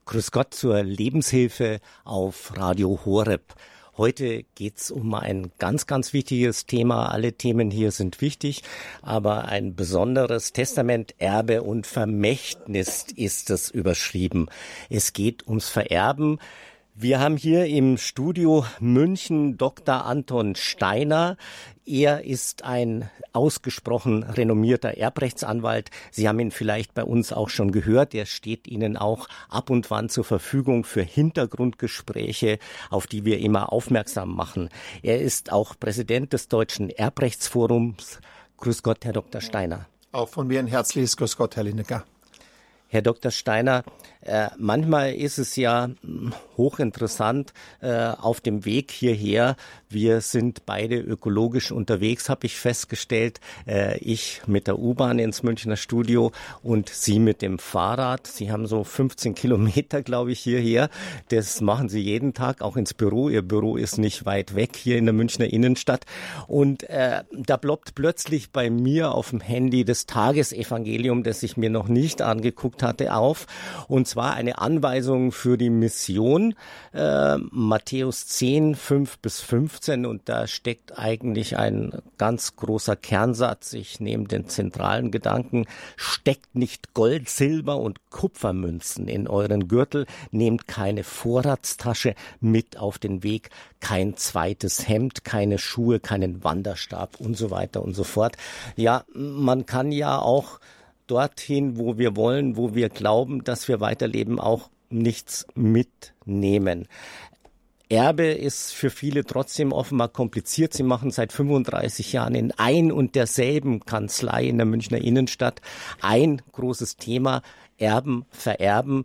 Grüß Gott zur Lebenshilfe auf Radio Horeb. Heute geht's um ein ganz, ganz wichtiges Thema. Alle Themen hier sind wichtig, aber ein besonderes Testament, Erbe und Vermächtnis ist es überschrieben. Es geht ums Vererben. Wir haben hier im Studio München Dr. Anton Steiner. Er ist ein ausgesprochen renommierter Erbrechtsanwalt. Sie haben ihn vielleicht bei uns auch schon gehört. Er steht Ihnen auch ab und wann zur Verfügung für Hintergrundgespräche, auf die wir immer aufmerksam machen. Er ist auch Präsident des Deutschen Erbrechtsforums. Grüß Gott, Herr Dr. Steiner. Auch von mir ein herzliches Grüß Gott, Herr Lineker. Herr Dr. Steiner, manchmal ist es ja hochinteressant auf dem Weg hierher. Wir sind beide ökologisch unterwegs, habe ich festgestellt. Ich mit der U-Bahn ins Münchner Studio und Sie mit dem Fahrrad. Sie haben so 15 Kilometer, glaube ich, hierher. Das machen Sie jeden Tag, auch ins Büro. Ihr Büro ist nicht weit weg hier in der Münchner Innenstadt. Und da ploppt plötzlich bei mir auf dem Handy das Tagesevangelium, das ich mir noch nicht angeguckt hatte, auf. Und zwar eine Anweisung für die Mission, Matthäus 10, 5 bis 15. Und da steckt eigentlich ein ganz großer Kernsatz. Ich nehme den zentralen Gedanken: Steckt nicht Gold, Silber und Kupfermünzen in euren Gürtel, nehmt keine Vorratstasche mit auf den Weg, kein zweites Hemd, keine Schuhe, keinen Wanderstab und so weiter und so fort. Ja, man kann ja auch dorthin, wo wir wollen, wo wir glauben, dass wir weiterleben, auch nichts mitnehmen. Erbe ist für viele trotzdem offenbar kompliziert. Sie machen seit 35 Jahren in ein und derselben Kanzlei in der Münchner Innenstadt ein großes Thema: Erben, Vererben.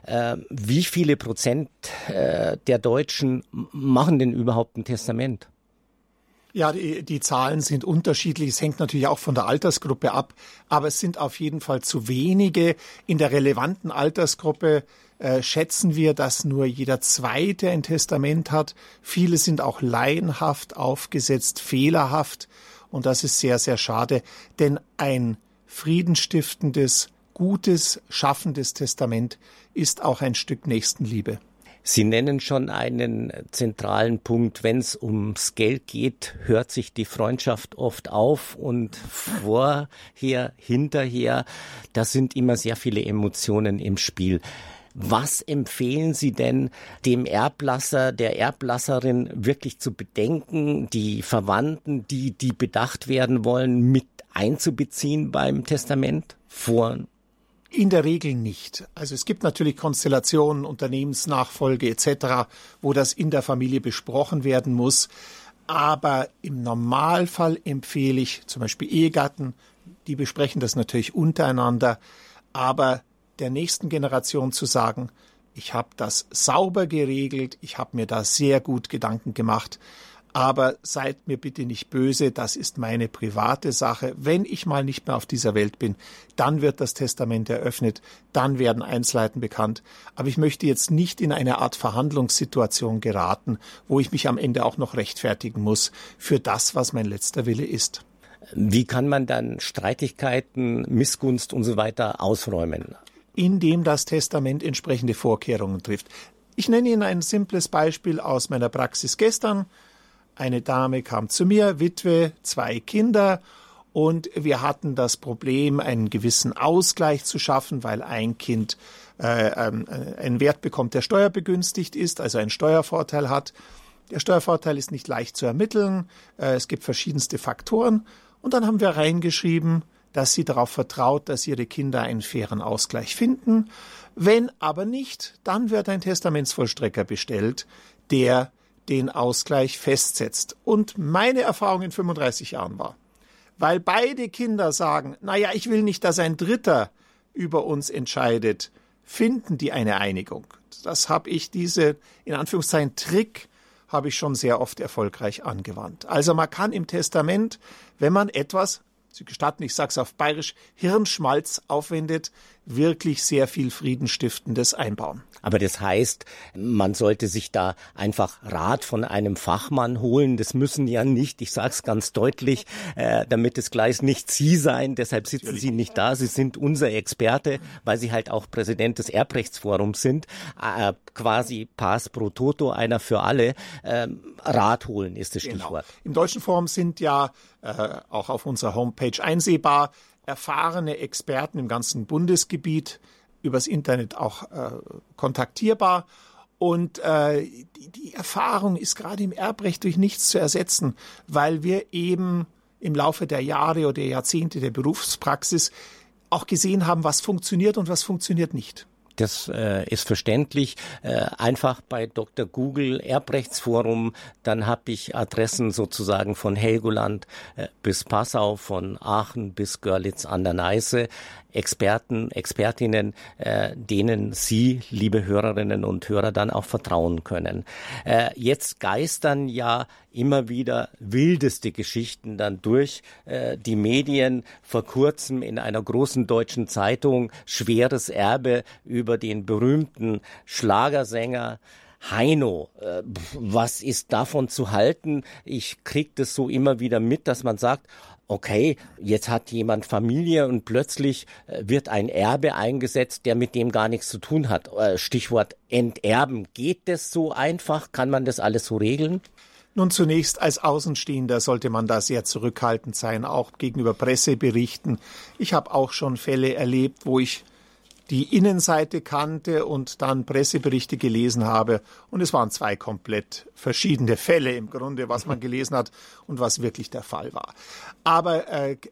Wie viele Prozent der Deutschen machen denn überhaupt ein Testament? Ja, die Zahlen sind unterschiedlich. Es hängt natürlich auch von der Altersgruppe ab. Aber es sind auf jeden Fall zu wenige. In der relevanten Altersgruppe schätzen wir, dass nur jeder Zweite ein Testament hat. Viele sind auch laienhaft aufgesetzt, fehlerhaft. Und das ist sehr, sehr schade. Denn ein friedensstiftendes, gutes, schaffendes Testament ist auch ein Stück Nächstenliebe. Sie nennen schon einen zentralen Punkt. Wenn es ums Geld geht, hört sich die Freundschaft oft auf, und vorher, hinterher, da sind immer sehr viele Emotionen im Spiel. Was empfehlen Sie denn dem Erblasser, der Erblasserin wirklich zu bedenken, die Verwandten, die bedacht werden wollen, mit einzubeziehen beim Testament vor? In der Regel nicht. Also es gibt natürlich Konstellationen, Unternehmensnachfolge etc., wo das in der Familie besprochen werden muss. Aber im Normalfall empfehle ich zum Beispiel Ehegatten, die besprechen das natürlich untereinander, aber der nächsten Generation zu sagen: Ich habe das sauber geregelt, ich habe mir da sehr gut Gedanken gemacht, aber seid mir bitte nicht böse, das ist meine private Sache. Wenn ich mal nicht mehr auf dieser Welt bin, dann wird das Testament eröffnet, dann werden Einzelheiten bekannt. Aber ich möchte jetzt nicht in eine Art Verhandlungssituation geraten, wo ich mich am Ende auch noch rechtfertigen muss für das, was mein letzter Wille ist. Wie kann man dann Streitigkeiten, Missgunst und so weiter ausräumen? Indem das Testament entsprechende Vorkehrungen trifft. Ich nenne Ihnen ein simples Beispiel aus meiner Praxis gestern. Eine Dame kam zu mir, Witwe, 2 Kinder, und wir hatten das Problem, einen gewissen Ausgleich zu schaffen, weil ein Kind einen Wert bekommt, der steuerbegünstigt ist, also einen Steuervorteil hat. Der Steuervorteil ist nicht leicht zu ermitteln, es gibt verschiedenste Faktoren, und dann haben wir reingeschrieben, dass sie darauf vertraut, dass ihre Kinder einen fairen Ausgleich finden. Wenn aber nicht, dann wird ein Testamentsvollstrecker bestellt, der den Ausgleich festsetzt. Und meine Erfahrung in 35 Jahren war, weil beide Kinder sagen: Naja, ich will nicht, dass ein Dritter über uns entscheidet, finden die eine Einigung. Das habe ich, diese, in Anführungszeichen, Trick, habe ich schon sehr oft erfolgreich angewandt. Also man kann im Testament, wenn man etwas, Sie gestatten, ich sage es auf Bayerisch, Hirnschmalz aufwendet, wirklich sehr viel Friedensstiftendes einbauen. Aber das heißt, man sollte sich da einfach Rat von einem Fachmann holen. Das müssen ja nicht, ich sage es ganz deutlich, damit es gleich nicht Sie sein. Deshalb sitzen Sie nicht da. Sie sind unser Experte, weil Sie halt auch Präsident des Erbrechtsforums sind. Quasi Pars pro Toto, einer für alle. Rat holen ist das Stichwort. Genau. Im Deutschen Forum sind ja auch auf unserer Homepage einsehbar erfahrene Experten im ganzen Bundesgebiet, übers Internet auch kontaktierbar. Und die Erfahrung ist gerade im Erbrecht durch nichts zu ersetzen, weil wir eben im Laufe der Jahre oder Jahrzehnte der Berufspraxis auch gesehen haben, was funktioniert und was funktioniert nicht. Das ist verständlich. Einfach bei Dr. Google Erbrechtsforum, dann habe ich Adressen sozusagen von Helgoland bis Passau, von Aachen bis Görlitz an der Neiße. Experten, Expertinnen, denen Sie, liebe Hörerinnen und Hörer, dann auch vertrauen können. Jetzt geistern ja immer wieder wildeste Geschichten dann durch die Medien. Vor kurzem in einer großen deutschen Zeitung schweres Erbe über den berühmten Schlagersänger Heino. Was ist davon zu halten? Ich kriege das so immer wieder mit, dass man sagt, okay, jetzt hat jemand Familie und plötzlich wird ein Erbe eingesetzt, der mit dem gar nichts zu tun hat. Stichwort Enterben. Geht das so einfach? Kann man das alles so regeln? Nun, zunächst als Außenstehender sollte man da sehr zurückhaltend sein, auch gegenüber Presseberichten. Ich habe auch schon Fälle erlebt, wo ich die Innenseite kannte und dann Presseberichte gelesen habe. Und es waren zwei komplett verschiedene Fälle im Grunde, was man gelesen hat und was wirklich der Fall war. Aber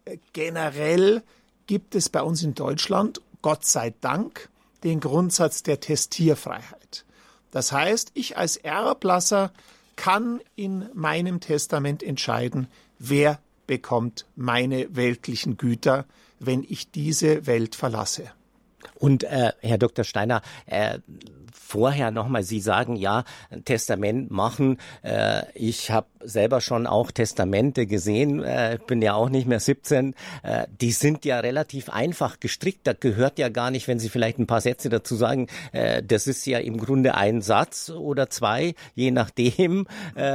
generell gibt es bei uns in Deutschland, Gott sei Dank, den Grundsatz der Testierfreiheit. Das heißt, ich als Erblasser kann in meinem Testament entscheiden, wer bekommt meine weltlichen Güter, wenn ich diese Welt verlasse. Und Herr Dr. Steiner, vorher nochmal, Sie sagen ja, Testament machen. Ich habe selber schon auch Testamente gesehen, bin ja auch nicht mehr 17. Die sind ja relativ einfach gestrickt. Da gehört ja gar nicht, wenn Sie vielleicht ein paar Sätze dazu sagen, das ist ja im Grunde ein Satz oder zwei, je nachdem.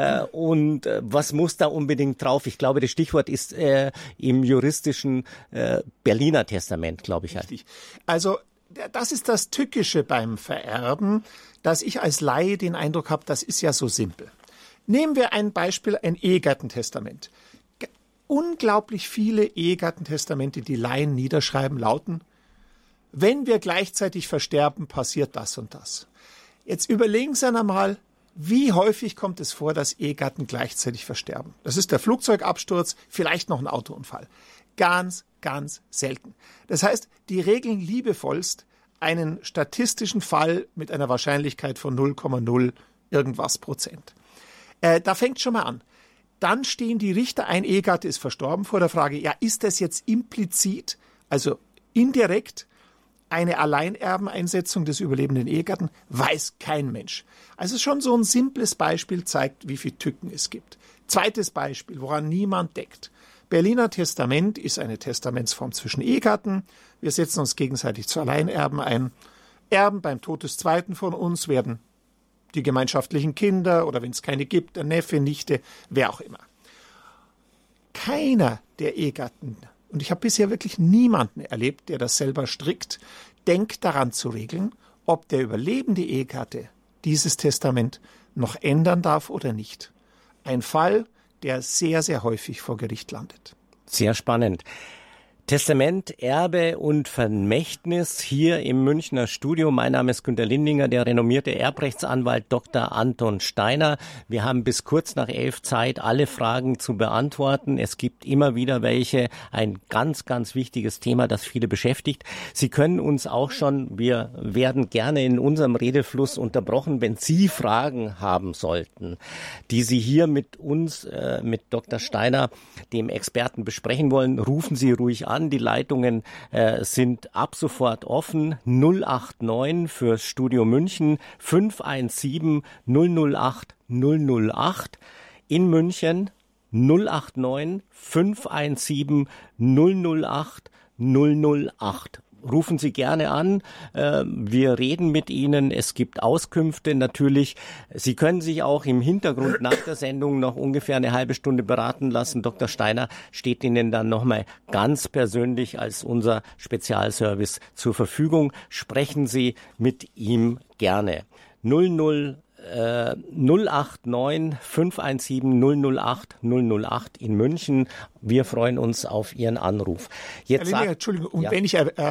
Und was muss da unbedingt drauf? Ich glaube, das Stichwort ist im juristischen Berliner Testament, glaube ich. Richtig. Also das ist das Tückische beim Vererben, dass ich als Laie den Eindruck habe, das ist ja so simpel. Nehmen wir ein Beispiel, ein Ehegattentestament. Unglaublich viele Ehegattentestamente, die Laien niederschreiben, lauten, wenn wir gleichzeitig versterben, passiert das und das. Jetzt überlegen Sie einmal, wie häufig kommt es vor, dass Ehegatten gleichzeitig versterben? Das ist der Flugzeugabsturz, vielleicht noch ein Autounfall. Ganz, ganz selten. Das heißt, die regeln liebevollst einen statistischen Fall mit einer Wahrscheinlichkeit von 0,0 irgendwas Prozent. Da fängt schon mal an. Dann stehen die Richter, ein Ehegatte ist verstorben, vor der Frage, ja, ist das jetzt implizit, also indirekt, eine Alleinerbeneinsetzung des überlebenden Ehegatten? Weiß kein Mensch. Also schon so ein simples Beispiel zeigt, wie viel Tücken es gibt. Zweites Beispiel, woran niemand denkt. Berliner Testament ist eine Testamentsform zwischen Ehegatten. Wir setzen uns gegenseitig zu Alleinerben ein. Erben beim Tod des Zweiten von uns werden die gemeinschaftlichen Kinder oder wenn es keine gibt, der Neffe, Nichte, wer auch immer. Keiner der Ehegatten, und ich habe bisher wirklich niemanden erlebt, der das selber strickt, denkt daran zu regeln, ob der überlebende Ehegatte dieses Testament noch ändern darf oder nicht. Ein Fall, der sehr, sehr häufig vor Gericht landet. Sehr spannend. Testament, Erbe und Vermächtnis hier im Münchner Studio. Mein Name ist Günter Lindinger, der renommierte Erbrechtsanwalt Dr. Anton Steiner. Wir haben bis kurz nach 11 Zeit, alle Fragen zu beantworten. Es gibt immer wieder welche. Ein ganz, ganz wichtiges Thema, das viele beschäftigt. Sie können uns auch schon, wir werden gerne in unserem Redefluss unterbrochen, wenn Sie Fragen haben sollten, die Sie hier mit uns, mit Dr. Steiner, dem Experten, besprechen wollen, rufen Sie ruhig an. Die Leitungen sind ab sofort offen. 089 fürs Studio München 517 008 008. In München 089 517 008 008. rufen Sie gerne an. Wir reden mit Ihnen. Es gibt Auskünfte natürlich. Sie können sich auch im Hintergrund nach der Sendung noch ungefähr eine halbe Stunde beraten lassen. Dr. Steiner steht Ihnen dann nochmal ganz persönlich als unser Spezialservice zur Verfügung. Sprechen Sie mit ihm gerne. 089 517 008 008 in München. Wir freuen uns auf Ihren Anruf. Jetzt Entschuldigung, und wenn ich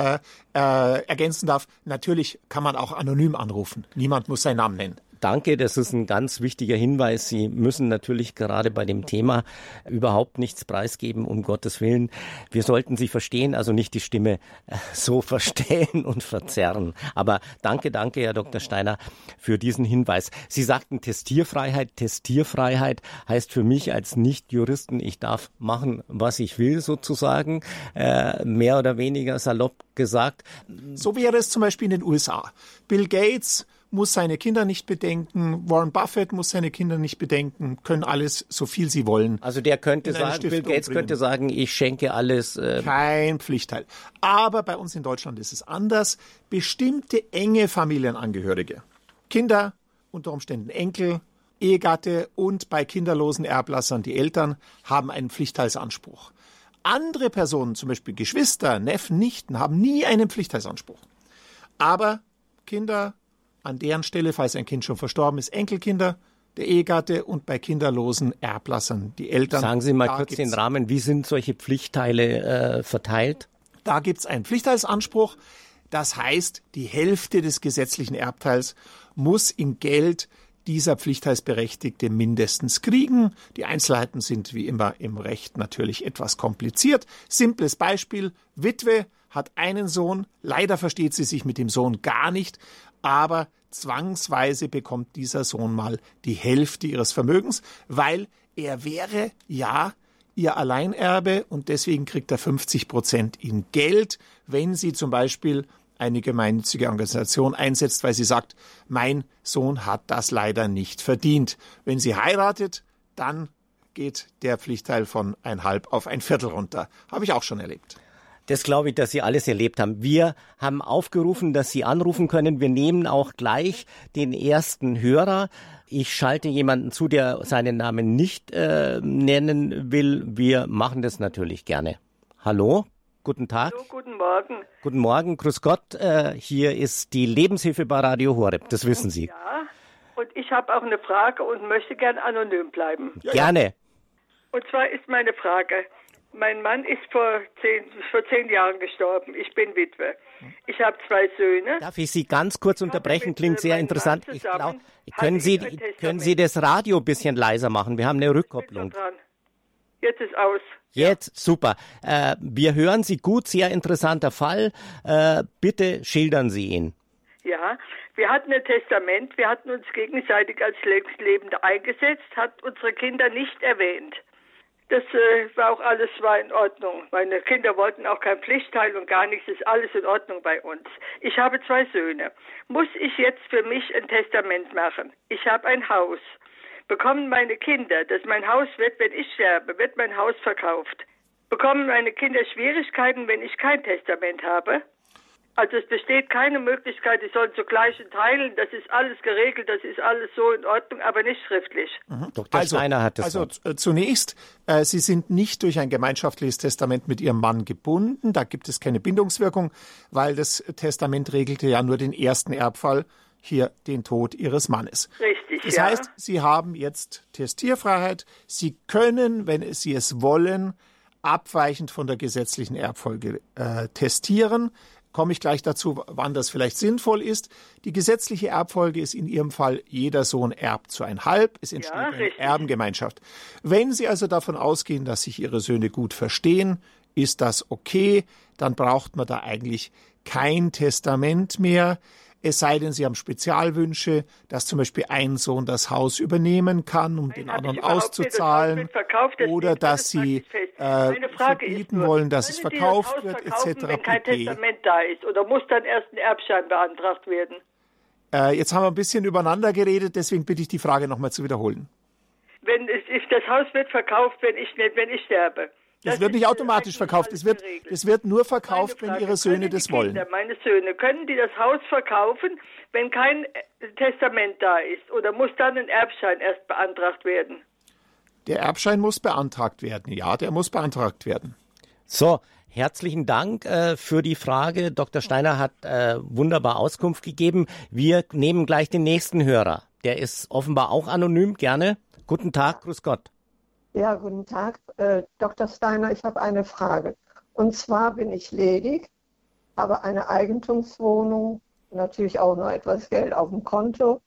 ergänzen darf, natürlich kann man auch anonym anrufen. Niemand muss seinen Namen nennen. Danke, das ist ein ganz wichtiger Hinweis. Sie müssen natürlich gerade bei dem Thema überhaupt nichts preisgeben, um Gottes Willen. Wir sollten Sie verstehen, also nicht die Stimme so verstellen und verzerren. Aber danke, Herr Dr. Steiner, für diesen Hinweis. Sie sagten Testierfreiheit. Testierfreiheit heißt für mich als Nicht-Juristen, ich darf machen, was ich will sozusagen, mehr oder weniger salopp gesagt. So wäre es zum Beispiel in den USA. Bill Gates muss seine Kinder nicht bedenken, Warren Buffett muss seine Kinder nicht bedenken, können alles, so viel sie wollen. Also der könnte sagen, Bill Gates könnte sagen, ich schenke alles. Kein Pflichtteil. Aber bei uns in Deutschland ist es anders. Bestimmte enge Familienangehörige, Kinder, unter Umständen Enkel, Ehegatte und bei kinderlosen Erblassern die Eltern haben einen Pflichtteilsanspruch. Andere Personen, zum Beispiel Geschwister, Neffen, Nichten, haben nie einen Pflichtteilsanspruch. Aber Kinder, an deren Stelle, falls ein Kind schon verstorben ist, Enkelkinder, der Ehegatte und bei kinderlosen Erblassern die Eltern. Sagen Sie mal kurz den Rahmen, wie sind solche Pflichtteile verteilt? Da gibt es einen Pflichtteilsanspruch. Das heißt, die Hälfte des gesetzlichen Erbteils muss in Geld dieser Pflichtteilsberechtigte mindestens kriegen. Die Einzelheiten sind wie immer im Recht natürlich etwas kompliziert. Simples Beispiel, Witwe hat einen Sohn, leider versteht sie sich mit dem Sohn gar nicht, aber zwangsweise bekommt dieser Sohn mal die Hälfte ihres Vermögens, weil er wäre ja ihr Alleinerbe und deswegen kriegt er 50% in Geld, wenn sie zum Beispiel eine gemeinnützige Organisation einsetzt, weil sie sagt, mein Sohn hat das leider nicht verdient. Wenn sie heiratet, dann geht der Pflichtteil von 1,5 auf 1/4 runter. Habe ich auch schon erlebt. Das glaube ich, dass Sie alles erlebt haben. Wir haben aufgerufen, dass Sie anrufen können. Wir nehmen auch gleich den ersten Hörer. Ich schalte jemanden zu, der seinen Namen nicht nennen will. Wir machen das natürlich gerne. Hallo, guten Tag. Hallo, guten Morgen. Guten Morgen, grüß Gott. Hier ist die Lebenshilfe bei Radio Horeb, das wissen Sie. Ja, und ich habe auch eine Frage und möchte gern anonym bleiben. Gerne. Und zwar ist meine Frage, mein Mann ist vor 10 Jahren gestorben. Ich bin Witwe. Ich habe 2 Söhne. Darf ich Sie ganz kurz unterbrechen? Klingt sehr interessant. Ich glaube, können Sie das Radio ein bisschen leiser machen? Wir haben eine Rückkopplung. Jetzt ist aus. Jetzt, super. Wir hören Sie gut, sehr interessanter Fall. Bitte schildern Sie ihn. Ja, wir hatten ein Testament. Wir hatten uns gegenseitig als Lebende eingesetzt, hat unsere Kinder nicht erwähnt. Das war in Ordnung. Meine Kinder wollten auch kein Pflichtteil und gar nichts, ist alles in Ordnung bei uns. Ich habe 2 Söhne. Muss ich jetzt für mich ein Testament machen? Ich habe ein Haus. Bekommen meine Kinder, dass mein Haus wird, wenn ich sterbe, wird mein Haus verkauft. Bekommen meine Kinder Schwierigkeiten, wenn ich kein Testament habe? Also es besteht keine Möglichkeit, die sollen zu gleichen Teilen, das ist alles geregelt, das ist alles so in Ordnung, aber nicht schriftlich. Dr. Steiner hat das Wort. Zunächst, Sie sind nicht durch ein gemeinschaftliches Testament mit Ihrem Mann gebunden, da gibt es keine Bindungswirkung, weil das Testament regelte ja nur den ersten Erbfall, hier den Tod Ihres Mannes. Richtig, das heißt, Sie haben jetzt Testierfreiheit, Sie können, wenn Sie es wollen, abweichend von der gesetzlichen Erbfolge testieren. Komme ich gleich dazu, wann das vielleicht sinnvoll ist. Die gesetzliche Erbfolge ist in Ihrem Fall, jeder Sohn erbt zu 1,5. Es entsteht eine Erbengemeinschaft. Wenn Sie also davon ausgehen, dass sich Ihre Söhne gut verstehen, ist das okay. Dann braucht man da eigentlich kein Testament mehr. Es sei denn, Sie haben Spezialwünsche, dass zum Beispiel ein Sohn das Haus übernehmen kann, um den anderen auszuzahlen, oder dass Sie verbieten wollen, dass es verkauft wird, etc. Wenn kein Testament da ist, oder muss dann erst ein Erbschein beantragt werden? Jetzt haben wir ein bisschen übereinander geredet, deswegen bitte ich die Frage nochmal zu wiederholen. Das Haus wird verkauft, wenn ich sterbe. Das wird nicht automatisch verkauft. Das wird nur verkauft, wenn Ihre Söhne das wollen. Meine Söhne, können die das Haus verkaufen, wenn kein Testament da ist? Oder muss dann ein Erbschein erst beantragt werden? Der Erbschein muss beantragt werden. Ja, der muss beantragt werden. So, herzlichen Dank für die Frage. Dr. Steiner hat wunderbar Auskunft gegeben. Wir nehmen gleich den nächsten Hörer. Der ist offenbar auch anonym. Gerne. Guten Tag, grüß Gott. Ja, guten Tag. Dr. Steiner, ich habe eine Frage. Und zwar bin ich ledig, habe eine Eigentumswohnung, natürlich auch noch etwas Geld auf dem Konto.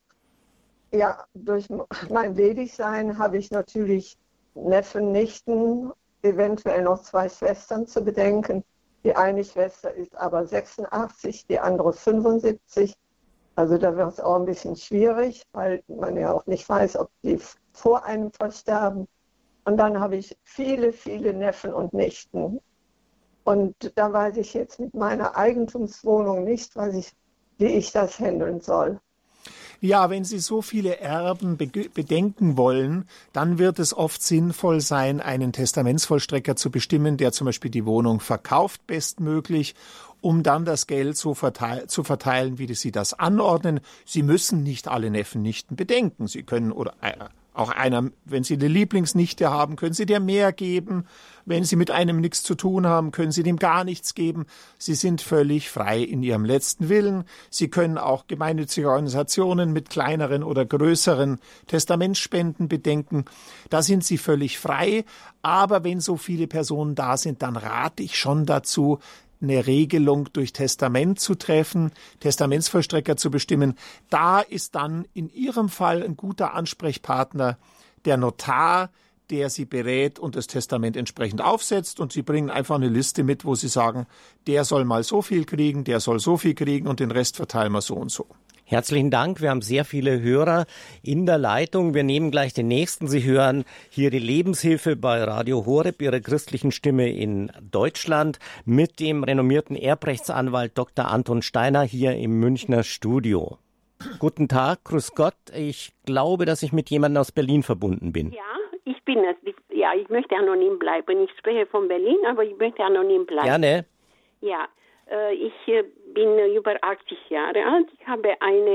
Ja, durch mein Ledigsein habe ich natürlich Neffen, Nichten, eventuell noch 2 Schwestern zu bedenken. Die eine Schwester ist aber 86, die andere 75. Also da wird es auch ein bisschen schwierig, weil man ja auch nicht weiß, ob die vor einem versterben. Und dann habe ich viele, viele Neffen und Nichten. Und da weiß ich jetzt mit meiner Eigentumswohnung nicht, wie ich das handeln soll. Ja, wenn Sie so viele Erben bedenken wollen, dann wird es oft sinnvoll sein, einen Testamentsvollstrecker zu bestimmen, der zum Beispiel die Wohnung verkauft bestmöglich, um dann das Geld so zu verteilen, wie Sie das anordnen. Sie müssen nicht alle Neffen, Nichten bedenken. Sie können oder auch einer, wenn Sie eine Lieblingsnichte haben, können Sie der mehr geben. Wenn Sie mit einem nichts zu tun haben, können Sie dem gar nichts geben. Sie sind völlig frei in Ihrem letzten Willen. Sie können auch gemeinnützige Organisationen mit kleineren oder größeren Testamentsspenden bedenken. Da sind Sie völlig frei. Aber wenn so viele Personen da sind, dann rate ich schon dazu, eine Regelung durch Testament zu treffen, Testamentsvollstrecker zu bestimmen. Da ist dann in Ihrem Fall ein guter Ansprechpartner der Notar, der Sie berät und das Testament entsprechend aufsetzt. Und Sie bringen einfach eine Liste mit, wo Sie sagen, der soll mal so viel kriegen, der soll so viel kriegen und den Rest verteilen wir so und so. Herzlichen Dank. Wir haben sehr viele Hörer in der Leitung. Wir nehmen gleich den nächsten. Sie hören hier die Lebenshilfe bei Radio Horeb, Ihrer christlichen Stimme in Deutschland, mit dem renommierten Erbrechtsanwalt Dr. Anton Steiner hier im Münchner Studio. Guten Tag, grüß Gott. Ich glaube, dass ich mit jemandem aus Berlin verbunden bin. Ja, ich bin es. Ja, ich möchte anonym bleiben. Ich spreche von Berlin, aber ich möchte anonym bleiben. Gerne. Ja, ich bin über 80 Jahre alt. Ich habe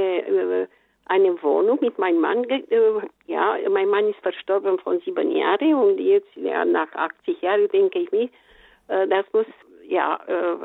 eine Wohnung mit meinem Mann. Ja, mein Mann ist verstorben von 7 Jahren und jetzt ja, nach 80 Jahren denke ich mir, das muss ja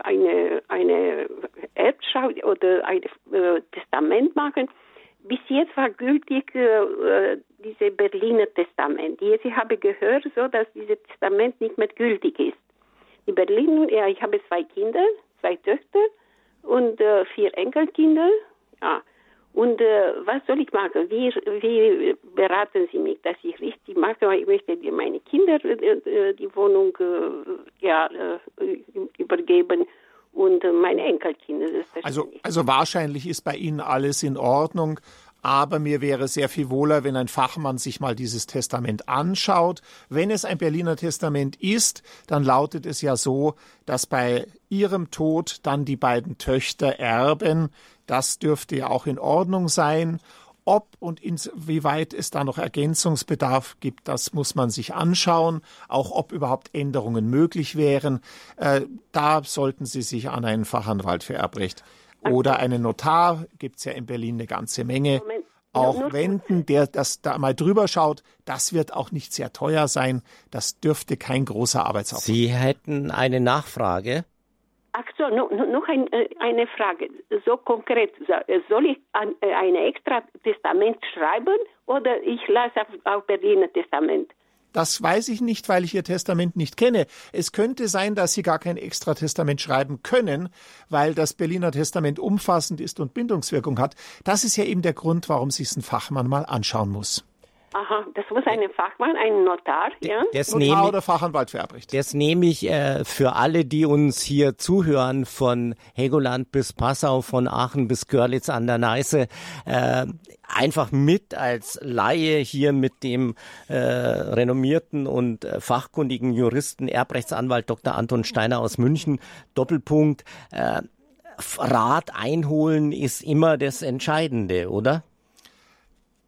eine Erbschau oder ein Testament machen. Bis jetzt war gültig diese Berliner Testament. Jetzt habe ich gehört, so, dass dieses Testament nicht mehr gültig ist. Die Berliner, ja, ich habe 2 Kinder, 2 Töchter und 4 Enkelkinder. Ja. Und was soll ich machen? Wie beraten Sie mich, dass ich richtig mache? Weil ich möchte meine Kinder die Wohnung übergeben und meine Enkelkinder. Also wahrscheinlich ist bei Ihnen alles in Ordnung. Aber mir wäre sehr viel wohler, wenn ein Fachmann sich mal dieses Testament anschaut. Wenn es ein Berliner Testament ist, dann lautet es ja so, dass bei Ihrem Tod dann die beiden Töchter erben. Das dürfte ja auch in Ordnung sein. Ob und inwieweit es da noch Ergänzungsbedarf gibt, das muss man sich anschauen. Auch ob überhaupt Änderungen möglich wären. Da sollten Sie sich an einen Fachanwalt für Erbrecht oder einen Notar, gibt's ja in Berlin eine ganze Menge, auch wenden, der das da mal drüber schaut. Das wird auch nicht sehr teuer sein. Das dürfte kein großer Arbeitsaufwand sein. Sie hätten eine Nachfrage? Ach so, noch eine Frage. So konkret, soll ich ein extra Testament schreiben oder ich lasse auf Berliner Testament? Das weiß ich nicht, weil ich Ihr Testament nicht kenne. Es könnte sein, dass Sie gar kein Extratestament schreiben können, weil das Berliner Testament umfassend ist und Bindungswirkung hat. Das ist ja eben der Grund, warum sich ein Fachmann mal anschauen muss. Aha, das muss ein Fachmann, ein Notar, ja? Notar oder Fachanwalt für Erbrecht. Das nehme ich für alle, die uns hier zuhören, von Helgoland bis Passau, von Aachen bis Görlitz an der Neiße, einfach mit als Laie hier mit dem renommierten und fachkundigen Juristen, Erbrechtsanwalt Dr. Anton Steiner aus München. Doppelpunkt, Rat einholen ist immer das Entscheidende, oder?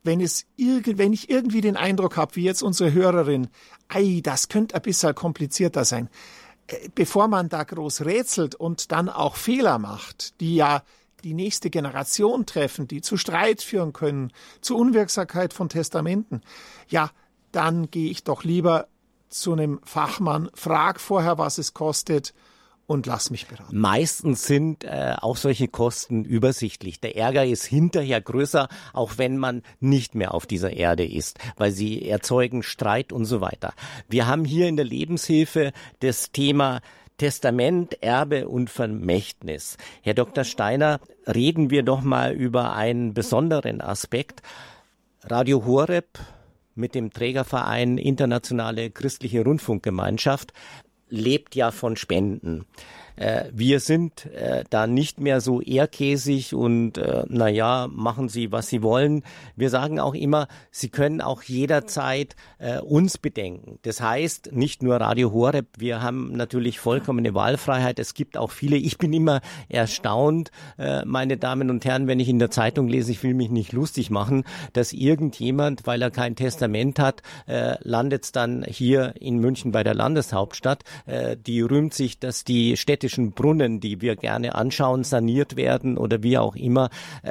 wenn ich irgendwie den Eindruck habe, wie jetzt unsere Hörerin, das könnte ein bisschen komplizierter sein, bevor man da groß rätselt und dann auch Fehler macht, die ja die nächste Generation treffen, die zu Streit führen können, zu Unwirksamkeit von Testamenten, ja, dann gehe ich doch lieber zu einem Fachmann, frag vorher, was es kostet und lass mich beraten. Meistens sind auch solche Kosten übersichtlich. Der Ärger ist hinterher größer, auch wenn man nicht mehr auf dieser Erde ist, weil sie erzeugen Streit und so weiter. Wir haben hier in der Lebenshilfe das Thema Testament, Erbe und Vermächtnis. Herr Dr. Steiner, reden wir doch mal über einen besonderen Aspekt. Radio Horeb mit dem Trägerverein Internationale Christliche Rundfunkgemeinschaft lebt ja von Spenden. Wir sind da nicht mehr so ehrkäsig und machen Sie, was Sie wollen. Wir sagen auch immer, Sie können auch jederzeit uns bedenken. Das heißt, nicht nur Radio Horeb, wir haben natürlich vollkommene Wahlfreiheit. Es gibt auch viele, ich bin immer erstaunt, meine Damen und Herren, wenn ich in der Zeitung lese, ich will mich nicht lustig machen, dass irgendjemand, weil er kein Testament hat, landet es dann hier in München bei der Landeshauptstadt. Die rühmt sich, dass die städtischen Brunnen, die wir gerne anschauen, saniert werden oder wie auch immer.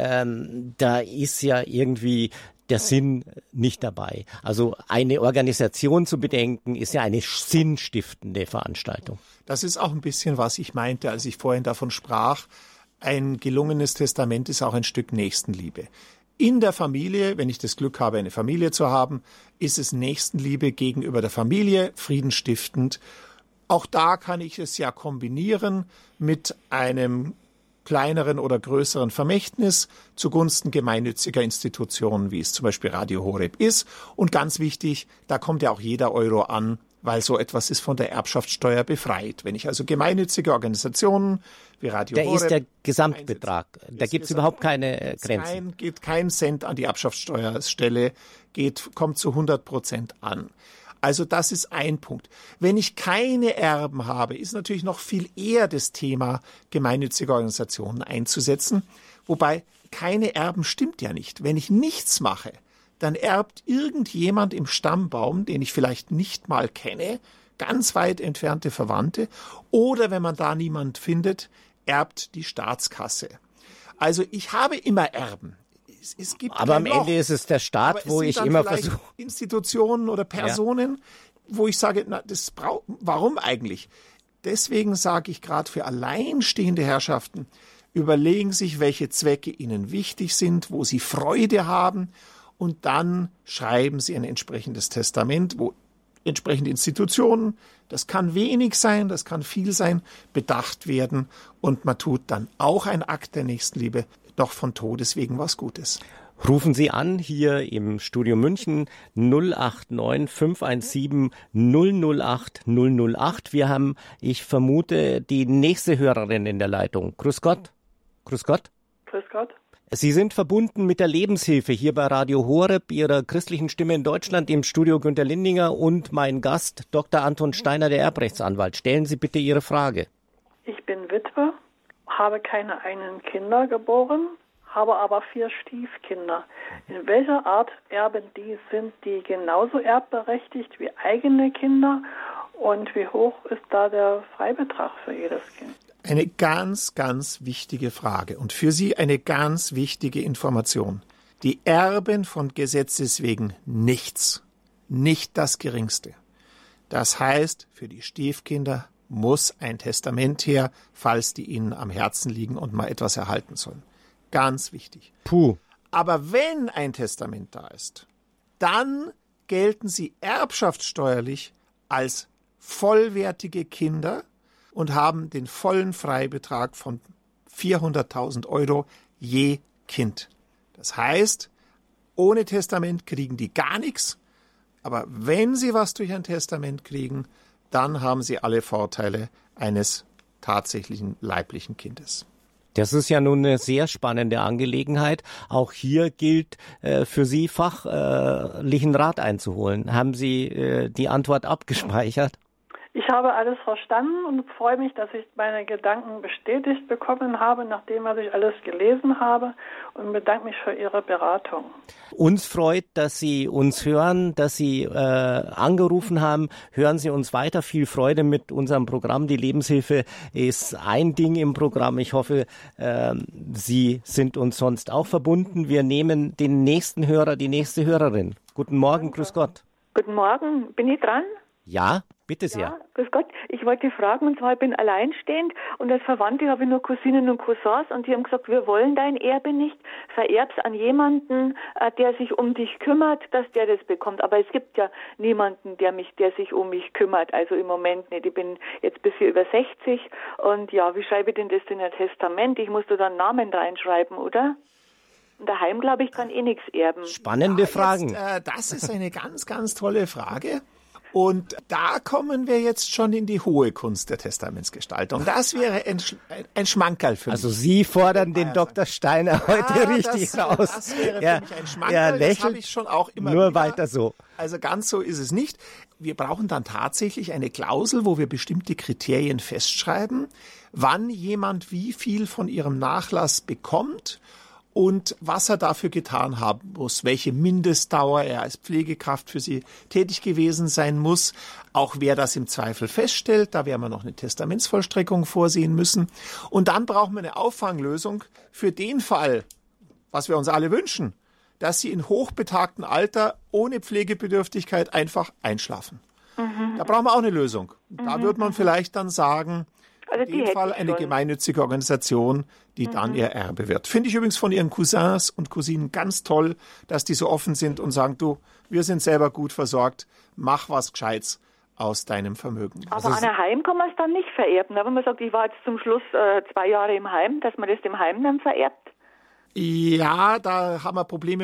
Da ist ja irgendwie der Sinn nicht dabei. Also eine Organisation zu bedenken, ist ja eine sinnstiftende Veranstaltung. Das ist auch ein bisschen, was ich meinte, als ich vorhin davon sprach. Ein gelungenes Testament ist auch ein Stück Nächstenliebe. In der Familie, wenn ich das Glück habe, eine Familie zu haben, ist es Nächstenliebe gegenüber der Familie, friedenstiftend. Auch da kann ich es ja kombinieren mit einem kleineren oder größeren Vermächtnis zugunsten gemeinnütziger Institutionen, wie es zum Beispiel Radio Horeb ist. Und ganz wichtig, da kommt ja auch jeder Euro an, weil so etwas ist von der Erbschaftssteuer befreit. Wenn ich also gemeinnützige Organisationen wie Radio Horeb... Da ist der Gesamtbetrag. Da gibt es überhaupt keine Grenzen. Geht kein Cent an die Erbschaftssteuerstelle, kommt zu 100% an. Also das ist ein Punkt. Wenn ich keine Erben habe, ist natürlich noch viel eher das Thema gemeinnützige Organisationen einzusetzen. Wobei keine Erben stimmt ja nicht. Wenn ich nichts mache, dann erbt irgendjemand im Stammbaum, den ich vielleicht nicht mal kenne, ganz weit entfernte Verwandte. Oder wenn man da niemand findet, erbt die Staatskasse. Also ich habe immer Erben. Es gibt aber am Ende ist es der Staat, wo ich immer versuche. Institutionen oder Personen, wo ich sage, warum eigentlich? Deswegen sage ich gerade für alleinstehende Herrschaften, überlegen sich, welche Zwecke ihnen wichtig sind, wo sie Freude haben und dann schreiben sie ein entsprechendes Testament, wo entsprechende Institutionen, das kann wenig sein, das kann viel sein, bedacht werden und man tut dann auch einen Akt der Nächstenliebe, doch von Todes wegen was Gutes. Rufen Sie an, hier im Studio München 089 517 008 008. Wir haben, ich vermute, die nächste Hörerin in der Leitung. Grüß Gott. Grüß Gott. Grüß Gott. Sie sind verbunden mit der Lebenshilfe hier bei Radio Horeb, Ihrer christlichen Stimme in Deutschland, im Studio Günter Lindinger und mein Gast Dr. Anton Steiner, der Erbrechtsanwalt. Stellen Sie bitte Ihre Frage. Ich bin Witwe, habe keine eigenen Kinder geboren, habe aber 4 Stiefkinder. In welcher Art erben die? Sind die genauso erbberechtigt wie eigene Kinder? Und wie hoch ist da der Freibetrag für jedes Kind? Eine ganz, ganz wichtige Frage und für Sie eine ganz wichtige Information. Die erben von Gesetzes wegen nichts, nicht das Geringste. Das heißt, für die Stiefkinder muss ein Testament her, falls die ihnen am Herzen liegen und mal etwas erhalten sollen. Ganz wichtig. Puh. Aber wenn ein Testament da ist, dann gelten sie erbschaftssteuerlich als vollwertige Kinder und haben den vollen Freibetrag von 400.000 € je Kind. Das heißt, ohne Testament kriegen die gar nichts, aber wenn sie was durch ein Testament kriegen, dann haben sie alle Vorteile eines tatsächlichen leiblichen Kindes. Das ist ja nun eine sehr spannende Angelegenheit. Auch hier gilt für Sie, fachlichen Rat einzuholen. Haben Sie die Antwort abgespeichert? Ich habe alles verstanden und freue mich, dass ich meine Gedanken bestätigt bekommen habe, nachdem was ich alles gelesen habe, und bedanke mich für Ihre Beratung. Uns freut, dass Sie uns hören, dass Sie angerufen haben. Hören Sie uns weiter. Viel Freude mit unserem Programm. Die Lebenshilfe ist ein Ding im Programm. Ich hoffe, Sie sind uns sonst auch verbunden. Wir nehmen den nächsten Hörer, die nächste Hörerin. Guten Morgen, grüß Gott. Guten Morgen, bin ich dran? Ja, bitte sehr. Ja, grüß Gott. Ich wollte fragen, und zwar, ich bin alleinstehend und als Verwandte habe ich nur Cousinen und Cousins und die haben gesagt, wir wollen dein Erbe nicht, vererb's an jemanden, der sich um dich kümmert, dass der das bekommt. Aber es gibt ja niemanden, der sich um mich kümmert, also im Moment nicht. Ich bin jetzt ein bisschen über 60 und ja, wie schreibe ich denn das in ein Testament? Ich muss da dann Namen reinschreiben, oder? Und daheim, glaube ich, kann nichts erben. Spannende Fragen. Das ist eine ganz, ganz tolle Frage. Und da kommen wir jetzt schon in die hohe Kunst der Testamentsgestaltung. Das wäre ein Schmankerl für mich. Also Sie fordern den Dr. Steiner heute richtig raus. Das wäre für mich ein Schmankerl, das habe ich schon auch immer nur wieder. Weiter so. Also ganz so ist es nicht. Wir brauchen dann tatsächlich eine Klausel, wo wir bestimmte Kriterien festschreiben, wann jemand wie viel von ihrem Nachlass bekommt und was er dafür getan haben muss, welche Mindestdauer er als Pflegekraft für sie tätig gewesen sein muss, auch wer das im Zweifel feststellt, da werden wir noch eine Testamentsvollstreckung vorsehen müssen. Und dann brauchen wir eine Auffanglösung für den Fall, was wir uns alle wünschen, dass sie in hochbetagtem Alter ohne Pflegebedürftigkeit einfach einschlafen. Da brauchen wir auch eine Lösung. Da würde man vielleicht dann sagen, also in dem Fall eine gemeinnützige Organisation, die dann ihr Erbe wird. Finde ich übrigens von Ihren Cousins und Cousinen ganz toll, dass die so offen sind und sagen, du, wir sind selber gut versorgt, mach was Gescheites aus deinem Vermögen. Aber an ein Heim kann man es dann nicht vererben. Wenn man sagt, ich war jetzt zum Schluss 2 Jahre im Heim, dass man das dem Heim dann vererbt? Ja, da haben wir Probleme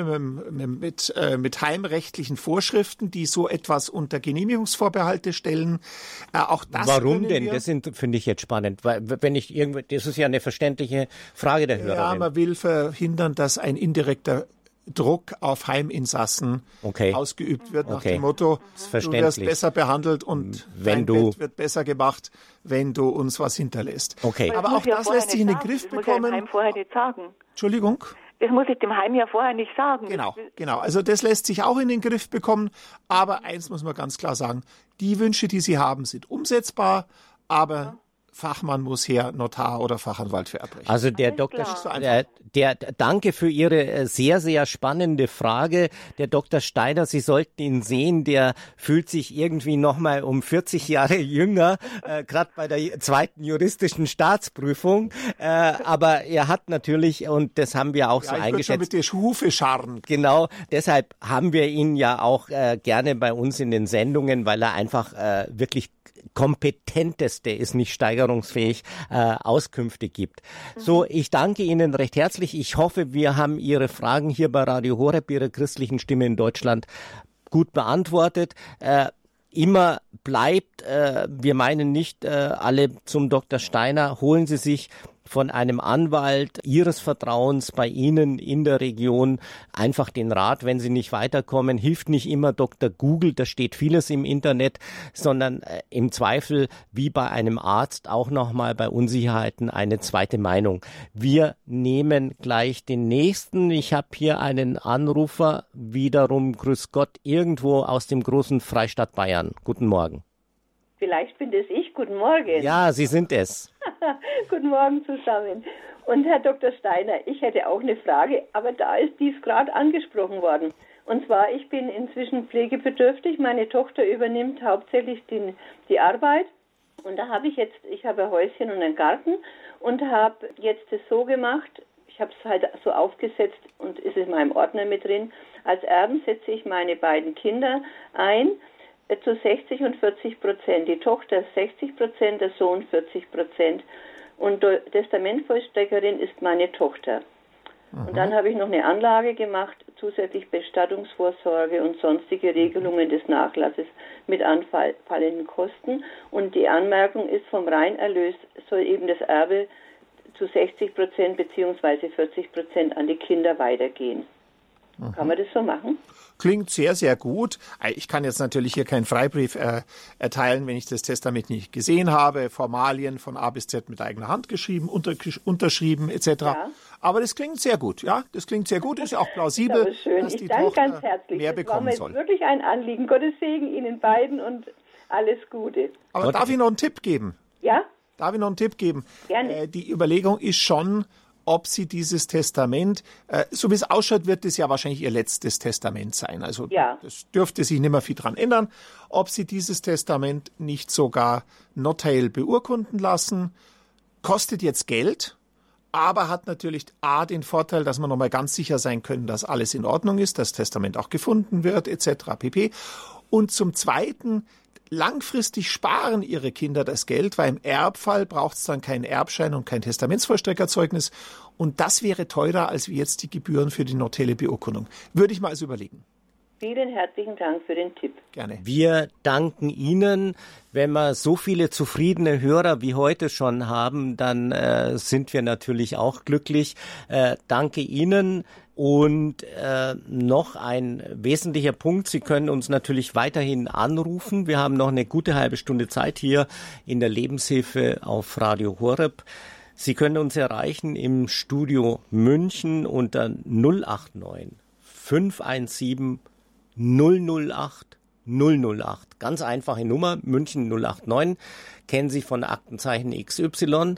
mit heimrechtlichen Vorschriften, die so etwas unter Genehmigungsvorbehalte stellen. Auch das Warum denn? Das finde ich jetzt spannend, weil das ist ja eine verständliche Frage der Hörerin. Ja, man will verhindern, dass ein indirekter Druck auf Heiminsassen ausgeübt wird, nach dem Motto, du wirst besser behandelt und dein Bett wird besser gemacht, wenn du uns was hinterlässt. Okay. Aber auch das lässt sich in den Griff bekommen. Das muss ich dem Heim vorher nicht sagen. Entschuldigung? Das muss ich dem Heim ja vorher nicht sagen. Genau. Also das lässt sich auch in den Griff bekommen. Aber eins muss man ganz klar sagen, die Wünsche, die Sie haben, sind umsetzbar, aber Fachmann muss her, Notar oder Fachanwalt für Erbrechen. Also der Dr. Danke für Ihre sehr, sehr spannende Frage. Der Dr. Steiner, Sie sollten ihn sehen, der fühlt sich irgendwie nochmal um 40 Jahre jünger, gerade bei der 2. juristischen Staatsprüfung. Aber er hat natürlich, und das haben wir auch so eingeschätzt. Schon mit der Hufe scharren. Genau, deshalb haben wir ihn ja auch gerne bei uns in den Sendungen, weil er einfach wirklich kompetenteste, ist nicht steigerungsfähig, Auskünfte gibt. So, ich danke Ihnen recht herzlich. Ich hoffe, wir haben Ihre Fragen hier bei Radio Horeb, Ihrer christlichen Stimme in Deutschland, gut beantwortet. Immer bleibt, wir meinen nicht alle zum Dr. Steiner, holen Sie sich von einem Anwalt Ihres Vertrauens bei Ihnen in der Region einfach den Rat, wenn Sie nicht weiterkommen. Hilft nicht immer Dr. Google, da steht vieles im Internet, sondern im Zweifel wie bei einem Arzt auch nochmal bei Unsicherheiten eine zweite Meinung. Wir nehmen gleich den nächsten. Ich habe hier einen Anrufer, wiederum grüß Gott, irgendwo aus dem großen Freistaat Bayern. Guten Morgen. Vielleicht bin das ich. Guten Morgen. Ja, Sie sind es. Guten Morgen zusammen. Und Herr Dr. Steiner, ich hätte auch eine Frage, aber da ist dies gerade angesprochen worden. Und zwar, ich bin inzwischen pflegebedürftig. Meine Tochter übernimmt hauptsächlich die Arbeit. Und da habe ich habe ein Häuschen und einen Garten und habe jetzt es so gemacht, ich habe es halt so aufgesetzt und ist in meinem Ordner mit drin. Als Erben setze ich meine beiden Kinder ein, zu 60 und 40%. Die Tochter 60%, der Sohn 40%. Und Testamentvollstreckerin ist meine Tochter. Und dann habe ich noch eine Anlage gemacht, zusätzlich Bestattungsvorsorge und sonstige Regelungen des Nachlasses mit anfallenden Kosten. Und die Anmerkung ist, vom Reinerlös soll eben das Erbe zu 60% bzw. 40% an die Kinder weitergehen. Kann man das so machen? Klingt sehr, sehr gut. Ich kann jetzt natürlich hier keinen Freibrief erteilen, wenn ich das Testament nicht gesehen habe. Formalien von A bis Z mit eigener Hand geschrieben, unterschrieben etc. Ja. Aber das klingt sehr gut. Ja, das klingt sehr gut. Ist ja auch plausibel, das schön. dass die Tochter ganz herzlich. mehr bekommen soll. Das war mir wirklich ein Anliegen. Gottes Segen Ihnen beiden und alles Gute. Aber darf ich noch einen Tipp geben? Ja? Darf ich noch einen Tipp geben? Gerne. Die Überlegung ist schon, ob Sie dieses Testament, so wie es ausschaut, wird es ja wahrscheinlich Ihr letztes Testament sein. Also das dürfte sich nicht mehr viel dran ändern. Ob Sie dieses Testament nicht sogar notariell beurkunden lassen, kostet jetzt Geld, aber hat natürlich den Vorteil, dass wir nochmal ganz sicher sein können, dass alles in Ordnung ist, das Testament auch gefunden wird, etc. pp. Und zum Zweiten, langfristig sparen Ihre Kinder das Geld, weil im Erbfall braucht es dann keinen Erbschein und kein Testamentsvollstreckerzeugnis. Und das wäre teurer als wie jetzt die Gebühren für die notarielle Beurkundung. Würde ich mal also überlegen. Vielen herzlichen Dank für den Tipp. Gerne. Wir danken Ihnen. Wenn wir so viele zufriedene Hörer wie heute schon haben, dann sind wir natürlich auch glücklich. Danke Ihnen. Und noch ein wesentlicher Punkt, Sie können uns natürlich weiterhin anrufen. Wir haben noch eine gute halbe Stunde Zeit hier in der Lebenshilfe auf Radio Horeb. Sie können uns erreichen im Studio München unter 089 517 008 008. Ganz einfache Nummer, München 089, kennen Sie von Aktenzeichen XY,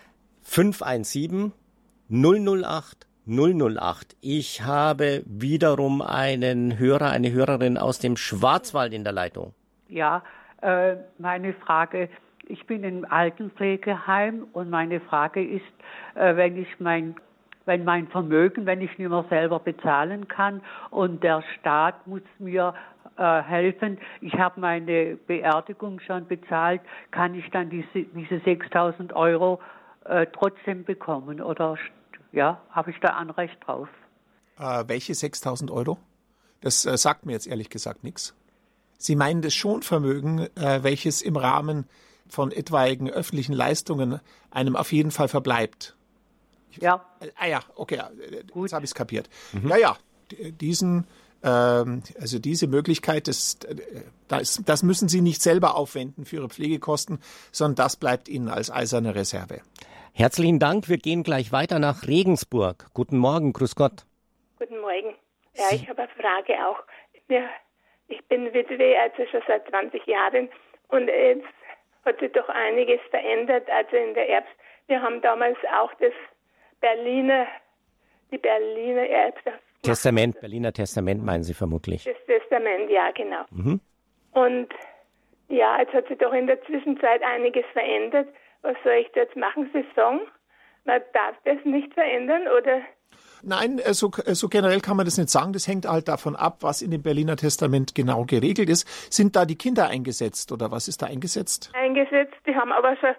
517 008 008. Ich habe wiederum einen Hörer, eine Hörerin aus dem Schwarzwald in der Leitung. Ja, meine Frage, ich bin im Altenpflegeheim und meine Frage ist, wenn mein Vermögen, wenn ich nicht mehr selber bezahlen kann und der Staat muss mir helfen, ich habe meine Beerdigung schon bezahlt, kann ich dann diese 6.000 Euro trotzdem bekommen oder habe ich da Anrecht drauf? Welche 6.000 Euro? Das sagt mir jetzt ehrlich gesagt nichts. Sie meinen das Schonvermögen, welches im Rahmen von etwaigen öffentlichen Leistungen einem auf jeden Fall verbleibt. Ja. Okay, gut. Jetzt habe ich es kapiert. Ja, diese Möglichkeit, das müssen Sie nicht selber aufwenden für Ihre Pflegekosten, sondern das bleibt Ihnen als eiserne Reserve. Herzlichen Dank. Wir gehen gleich weiter nach Regensburg. Guten Morgen, grüß Gott. Guten Morgen. Ja, ich habe eine Frage auch. Ich bin Witwe, also schon seit 20 Jahren und jetzt hat sich doch einiges verändert. Also in der wir haben damals auch Berliner Testament, Berliner Testament meinen Sie vermutlich. Das Testament, ja, genau. Und ja, jetzt hat sich doch in der Zwischenzeit einiges verändert. Was soll ich da jetzt machen? Sie sagen, man darf das nicht verändern, oder? Nein, so generell kann man das nicht sagen. Das hängt halt davon ab, was in dem Berliner Testament genau geregelt ist. Sind da die Kinder eingesetzt oder was ist da eingesetzt? Eingesetzt, die haben aber schon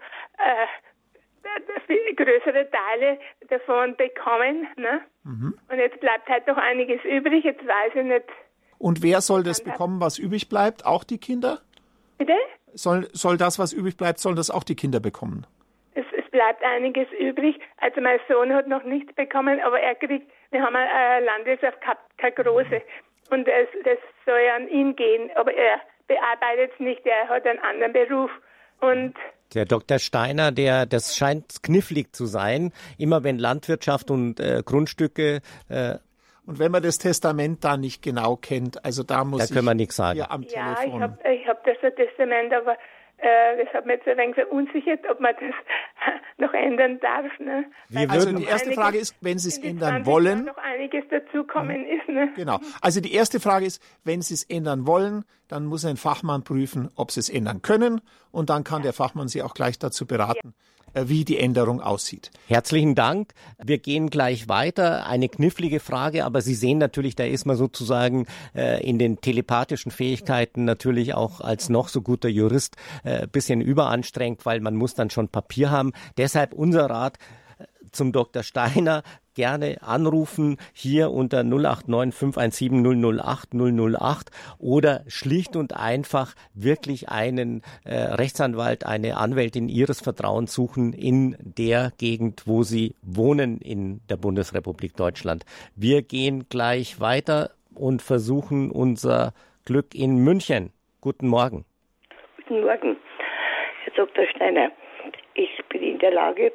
größere Teile davon bekommen. Ne? Und jetzt bleibt halt noch einiges übrig, jetzt weiß ich nicht. Und wer soll das bekommen, was übrig bleibt? Auch die Kinder? Bitte? Soll das, was übrig bleibt, sollen das auch die Kinder bekommen? Es bleibt einiges übrig. Also mein Sohn hat noch nichts bekommen, aber wir haben eine Landwirtschaft gehabt, keine große. Und das soll ja an ihn gehen. Aber er bearbeitet es nicht, er hat einen anderen Beruf. Und der Dr. Steiner, das scheint knifflig zu sein. Immer wenn Landwirtschaft und Grundstücke und wenn man das Testament da nicht genau kennt, also da muss können wir nichts sagen. Am Telefon. Ja, ich hab das Testament, aber das hat mich jetzt ein wenig verunsichert, ob man das noch ändern darf. Ne? Also die erste Frage ist, wenn Sie es ändern wollen. noch einiges dazukommen ist. Ne? Genau. Also die erste Frage ist, wenn Sie es ändern wollen, dann muss ein Fachmann prüfen, ob Sie es ändern können. Und dann kann der Fachmann Sie auch gleich dazu beraten, wie die Änderung aussieht. Herzlichen Dank. Wir gehen gleich weiter. Eine knifflige Frage, aber Sie sehen natürlich, da ist man sozusagen in den telepathischen Fähigkeiten natürlich auch als noch so guter Jurist bisschen überanstrengt, weil man muss dann schon Papier haben. Deshalb unser Rat zum Dr. Steiner, gerne anrufen, hier unter 089 517 008 008 oder schlicht und einfach wirklich einen Rechtsanwalt, eine Anwältin Ihres Vertrauens suchen in der Gegend, wo Sie wohnen in der Bundesrepublik Deutschland. Wir gehen gleich weiter und versuchen unser Glück in München. Guten Morgen. Guten Morgen, Herr Dr. Steiner. Ich bin in der Lage,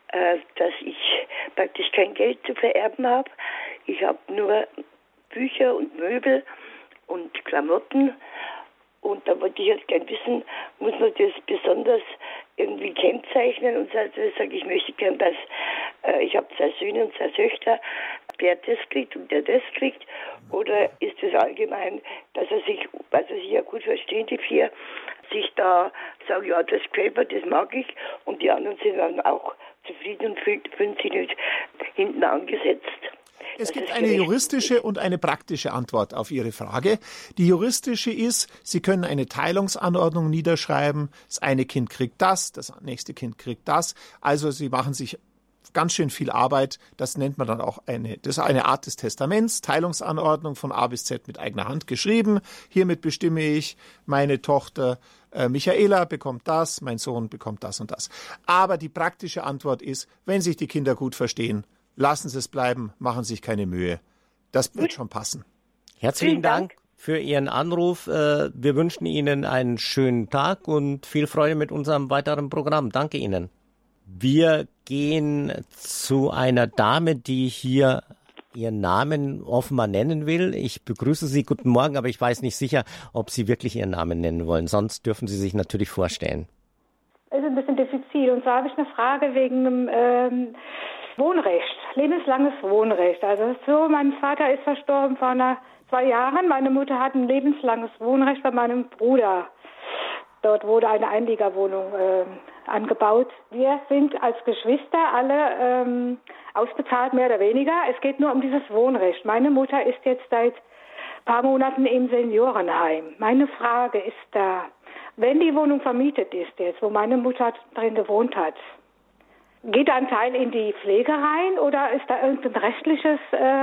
dass ich praktisch kein Geld zu vererben habe. Ich habe nur Bücher und Möbel und Klamotten. Und da wollte ich jetzt gern wissen, muss man das besonders irgendwie kennzeichnen? Und sage ich möchte gern, dass ich habe 2 Söhne und 2 Töchter, der das kriegt und der das kriegt. Oder ist es allgemein, dass er sich, also sich ja gut verstehen, die 4, sich da sagen, ja, das gefällt mir, das mag ich. Und die anderen sind dann auch zufrieden und fühlen sich nicht hinten angesetzt. Es gibt eine juristische und eine praktische Antwort auf Ihre Frage. Die juristische ist, Sie können eine Teilungsanordnung niederschreiben. Das eine Kind kriegt das nächste Kind kriegt das. Also Sie machen sich ganz schön viel Arbeit. Das nennt man dann auch das ist eine Art des Testaments, Teilungsanordnung von A bis Z mit eigener Hand geschrieben. Hiermit bestimme ich, meine Tochter Michaela bekommt das, mein Sohn bekommt das und das. Aber die praktische Antwort ist, wenn sich die Kinder gut verstehen, lassen Sie es bleiben, machen Sie sich keine Mühe. Das wird schon passen. Herzlichen Dank für Ihren Anruf. Wir wünschen Ihnen einen schönen Tag und viel Freude mit unserem weiteren Programm. Danke Ihnen. Wir gehen zu einer Dame, die hier ihren Namen offenbar nennen will. Ich begrüße Sie. Guten Morgen, aber ich weiß nicht sicher, ob Sie wirklich Ihren Namen nennen wollen. Sonst dürfen Sie sich natürlich vorstellen. Es ist ein bisschen diffizil. Und zwar habe ich eine Frage wegen dem Wohnrecht, lebenslanges Wohnrecht. Also es ist so, mein Vater ist verstorben vor 2 Jahren. Meine Mutter hat ein lebenslanges Wohnrecht bei meinem Bruder. Dort wurde eine Einliegerwohnung angebaut. Wir sind als Geschwister alle ausbezahlt, mehr oder weniger. Es geht nur um dieses Wohnrecht. Meine Mutter ist jetzt seit ein paar Monaten im Seniorenheim. Meine Frage ist da, wenn die Wohnung vermietet ist jetzt, wo meine Mutter drin gewohnt hat, geht da ein Teil in die Pflege rein oder ist da irgendein rechtliches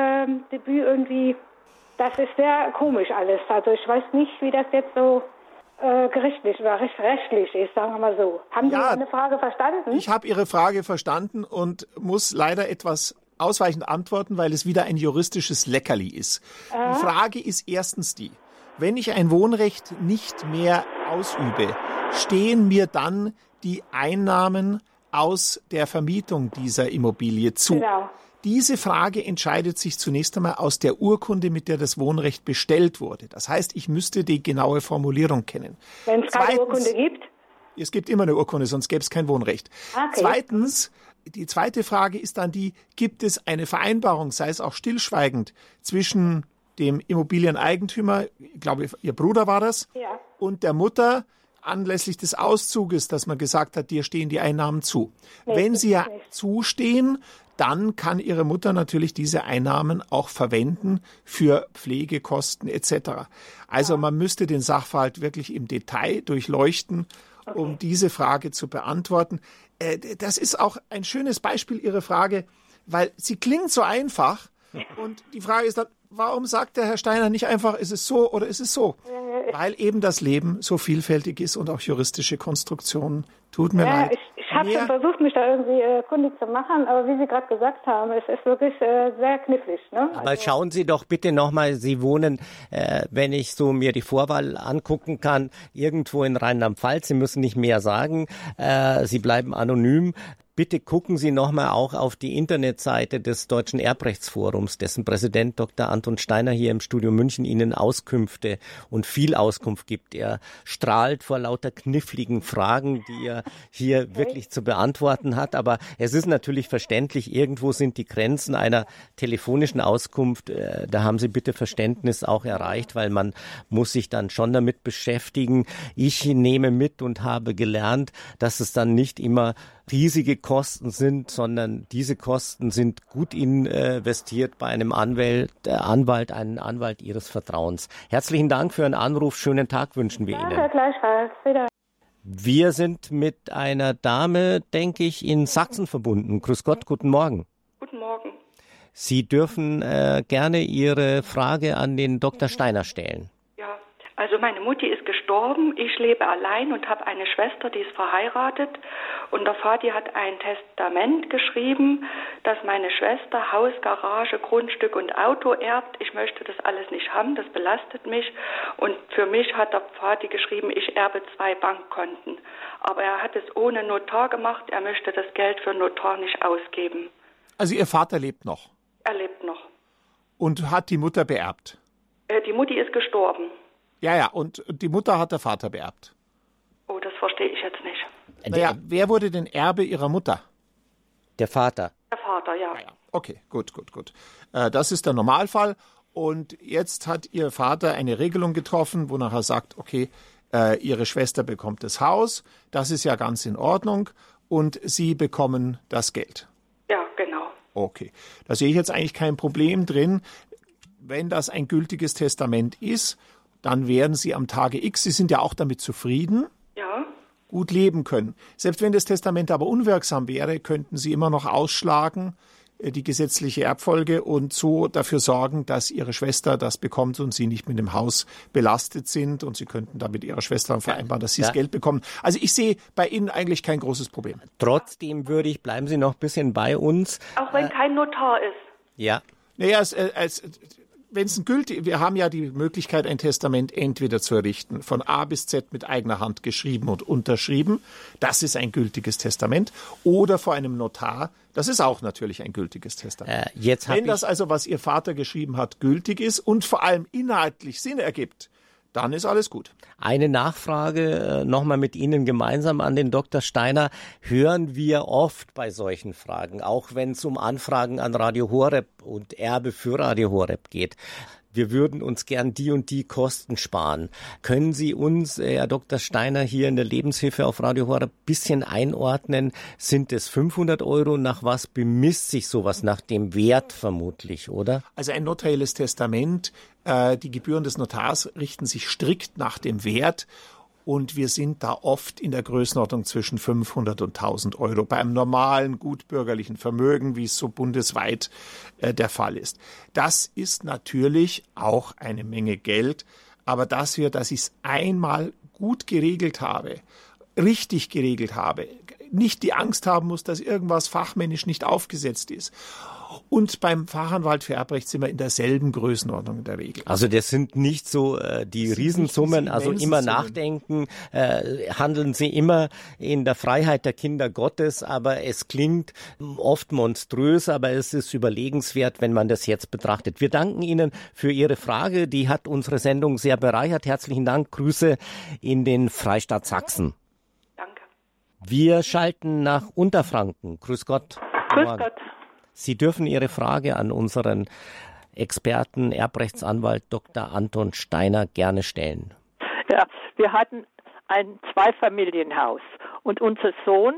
Debüt irgendwie? Das ist sehr komisch alles. Also ich weiß nicht, wie das jetzt so gerichtlich oder rechtlich ist, sagen wir mal so. Haben Sie meine Frage verstanden? Ich habe Ihre Frage verstanden und muss leider etwas ausweichend antworten, weil es wieder ein juristisches Leckerli ist. Die Frage ist erstens die, wenn ich ein Wohnrecht nicht mehr ausübe, stehen mir dann die Einnahmen aus der Vermietung dieser Immobilie zu? Genau. Diese Frage entscheidet sich zunächst einmal aus der Urkunde, mit der das Wohnrecht bestellt wurde. Das heißt, ich müsste die genaue Formulierung kennen. Wenn es keine Urkunde gibt? Es gibt immer eine Urkunde, sonst gäbe es kein Wohnrecht. Okay. Zweitens, die zweite Frage ist dann die, gibt es eine Vereinbarung, sei es auch stillschweigend, zwischen dem Immobilieneigentümer, ich glaube, Ihr Bruder war das, und der Mutter, anlässlich des Auszuges, dass man gesagt hat, dir stehen die Einnahmen zu. Nee, wenn sie ja zustehen, dann kann Ihre Mutter natürlich diese Einnahmen auch verwenden für Pflegekosten etc. Also man müsste den Sachverhalt wirklich im Detail durchleuchten, um diese Frage zu beantworten. Das ist auch ein schönes Beispiel, Ihre Frage, weil sie klingt so einfach und die Frage ist dann, warum sagt der Herr Steiner nicht einfach, ist es so oder ist es so? Weil eben das Leben so vielfältig ist und auch juristische Konstruktionen. Tut mir leid. Ich habe schon versucht, mich da irgendwie kundig zu machen, aber wie Sie gerade gesagt haben, es ist wirklich sehr knifflig. Ne? Aber schauen Sie doch bitte nochmal, Sie wohnen, wenn ich so mir die Vorwahl angucken kann, irgendwo in Rheinland-Pfalz. Sie müssen nicht mehr sagen, Sie bleiben anonym. Bitte gucken Sie nochmal auch auf die Internetseite des Deutschen Erbrechtsforums, dessen Präsident Dr. Anton Steiner hier im Studio München Ihnen Auskünfte und viel Auskunft gibt. Er strahlt vor lauter kniffligen Fragen, die er hier wirklich zu beantworten hat. Aber es ist natürlich verständlich, irgendwo sind die Grenzen einer telefonischen Auskunft. Da haben Sie bitte Verständnis auch erreicht, weil man muss sich dann schon damit beschäftigen. Ich nehme mit und habe gelernt, dass es dann nicht immer riesige Kosten sind, sondern diese Kosten sind gut investiert bei einem Anwalt Ihres Vertrauens. Herzlichen Dank für Ihren Anruf. Schönen Tag wünschen wir Ihnen. Danke, gleichfalls. Wieder. Wir sind mit einer Dame, denke ich, in Sachsen verbunden. Grüß Gott, guten Morgen. Guten Morgen. Sie dürfen gerne Ihre Frage an den Dr. Steiner stellen. Ja, also meine Mutti ist gestorben, ich lebe allein und habe eine Schwester, die ist verheiratet. Und der Vati hat ein Testament geschrieben, dass meine Schwester Haus, Garage, Grundstück und Auto erbt. Ich möchte das alles nicht haben, das belastet mich. Und für mich hat der Vati geschrieben, ich erbe 2 Bankkonten. Aber er hat es ohne Notar gemacht, er möchte das Geld für Notar nicht ausgeben. Also Ihr Vater lebt noch? Er lebt noch. Und hat die Mutter beerbt? Die Mutti ist gestorben. Ja, und die Mutter hat der Vater beerbt. Oh, das verstehe ich jetzt nicht. Naja, wer wurde denn Erbe Ihrer Mutter? Der Vater. Der Vater, ja. Okay, gut. Das ist der Normalfall. Und jetzt hat Ihr Vater eine Regelung getroffen, wonach er sagt, okay, Ihre Schwester bekommt das Haus, das ist ja ganz in Ordnung, und Sie bekommen das Geld. Ja, genau. Okay, da sehe ich jetzt eigentlich kein Problem drin. Wenn das ein gültiges Testament ist, dann werden Sie am Tage X, Sie sind ja auch damit zufrieden, gut leben können. Selbst wenn das Testament aber unwirksam wäre, könnten Sie immer noch ausschlagen, die gesetzliche Erbfolge, und so dafür sorgen, dass Ihre Schwester das bekommt und Sie nicht mit dem Haus belastet sind, und Sie könnten da mit Ihrer Schwester vereinbaren, dass Sie das Geld bekommen. Also ich sehe bei Ihnen eigentlich kein großes Problem. Trotzdem bleiben Sie noch ein bisschen bei uns. Auch wenn kein Notar ist. Ja. Naja, wenn es wir haben ja die Möglichkeit, ein Testament entweder zu errichten, von A bis Z mit eigener Hand geschrieben und unterschrieben, das ist ein gültiges Testament, oder vor einem Notar, das ist auch natürlich ein gültiges Testament. Wenn das also, was Ihr Vater geschrieben hat, gültig ist und vor allem inhaltlich Sinn ergibt, dann ist alles gut. Eine Nachfrage nochmal mit Ihnen gemeinsam an den Dr. Steiner. Hören wir oft bei solchen Fragen, auch wenn es um Anfragen an Radio Horeb und Erbe für Radio Horeb geht. Wir würden uns gern die und die Kosten sparen. Können Sie uns, Herr Dr. Steiner, hier in der Lebenshilfe auf Radio Horeb ein bisschen einordnen? Sind es 500 €? Nach was bemisst sich sowas? Nach dem Wert vermutlich, oder? Also ein notarielles Testament, die Gebühren des Notars richten sich strikt nach dem Wert. Und wir sind da oft in der Größenordnung zwischen 500 und 1.000 € bei einem normalen, gutbürgerlichen Vermögen, wie es so bundesweit der Fall ist. Das ist natürlich auch eine Menge Geld, aber dass ich es einmal gut geregelt habe, richtig geregelt habe, nicht die Angst haben muss, dass irgendwas fachmännisch nicht aufgesetzt ist. Und beim Fachanwalt für Erbrecht sind wir in derselben Größenordnung in der Regel. Also das sind nicht so die Riesensummen, also immer nachdenken, handeln Sie immer in der Freiheit der Kinder Gottes, aber es klingt oft monströs, aber es ist überlegenswert, wenn man das jetzt betrachtet. Wir danken Ihnen für Ihre Frage, die hat unsere Sendung sehr bereichert. Herzlichen Dank, Grüße in den Freistaat Sachsen. Danke. Wir schalten nach Unterfranken. Grüß Gott. Grüß Gott. Sie dürfen Ihre Frage an unseren Experten, Erbrechtsanwalt Dr. Anton Steiner, gerne stellen. Ja, wir hatten ein Zweifamilienhaus und unser Sohn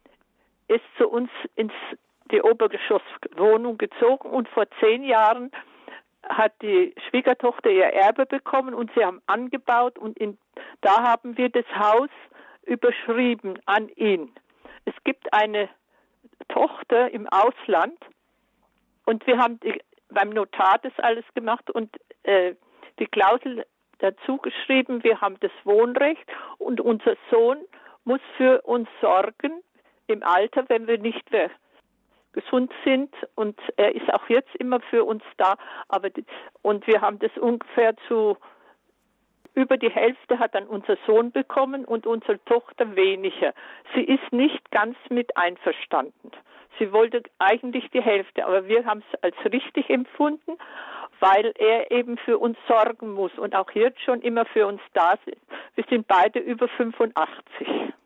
ist zu uns in die Obergeschosswohnung gezogen und vor 10 Jahren hat die Schwiegertochter ihr Erbe bekommen und sie haben angebaut und da haben wir das Haus überschrieben an ihn. Es gibt eine Tochter im Ausland und wir haben beim Notar das alles gemacht und die Klausel dazu geschrieben, wir haben das Wohnrecht und unser Sohn muss für uns sorgen im Alter, wenn wir nicht mehr gesund sind, und er ist auch jetzt immer für uns da, und wir haben das ungefähr über die Hälfte hat dann unser Sohn bekommen und unsere Tochter weniger. Sie ist nicht ganz mit einverstanden. Sie wollte eigentlich die Hälfte, aber wir haben es als richtig empfunden, weil er eben für uns sorgen muss und auch jetzt schon immer für uns da ist. Wir sind beide über 85.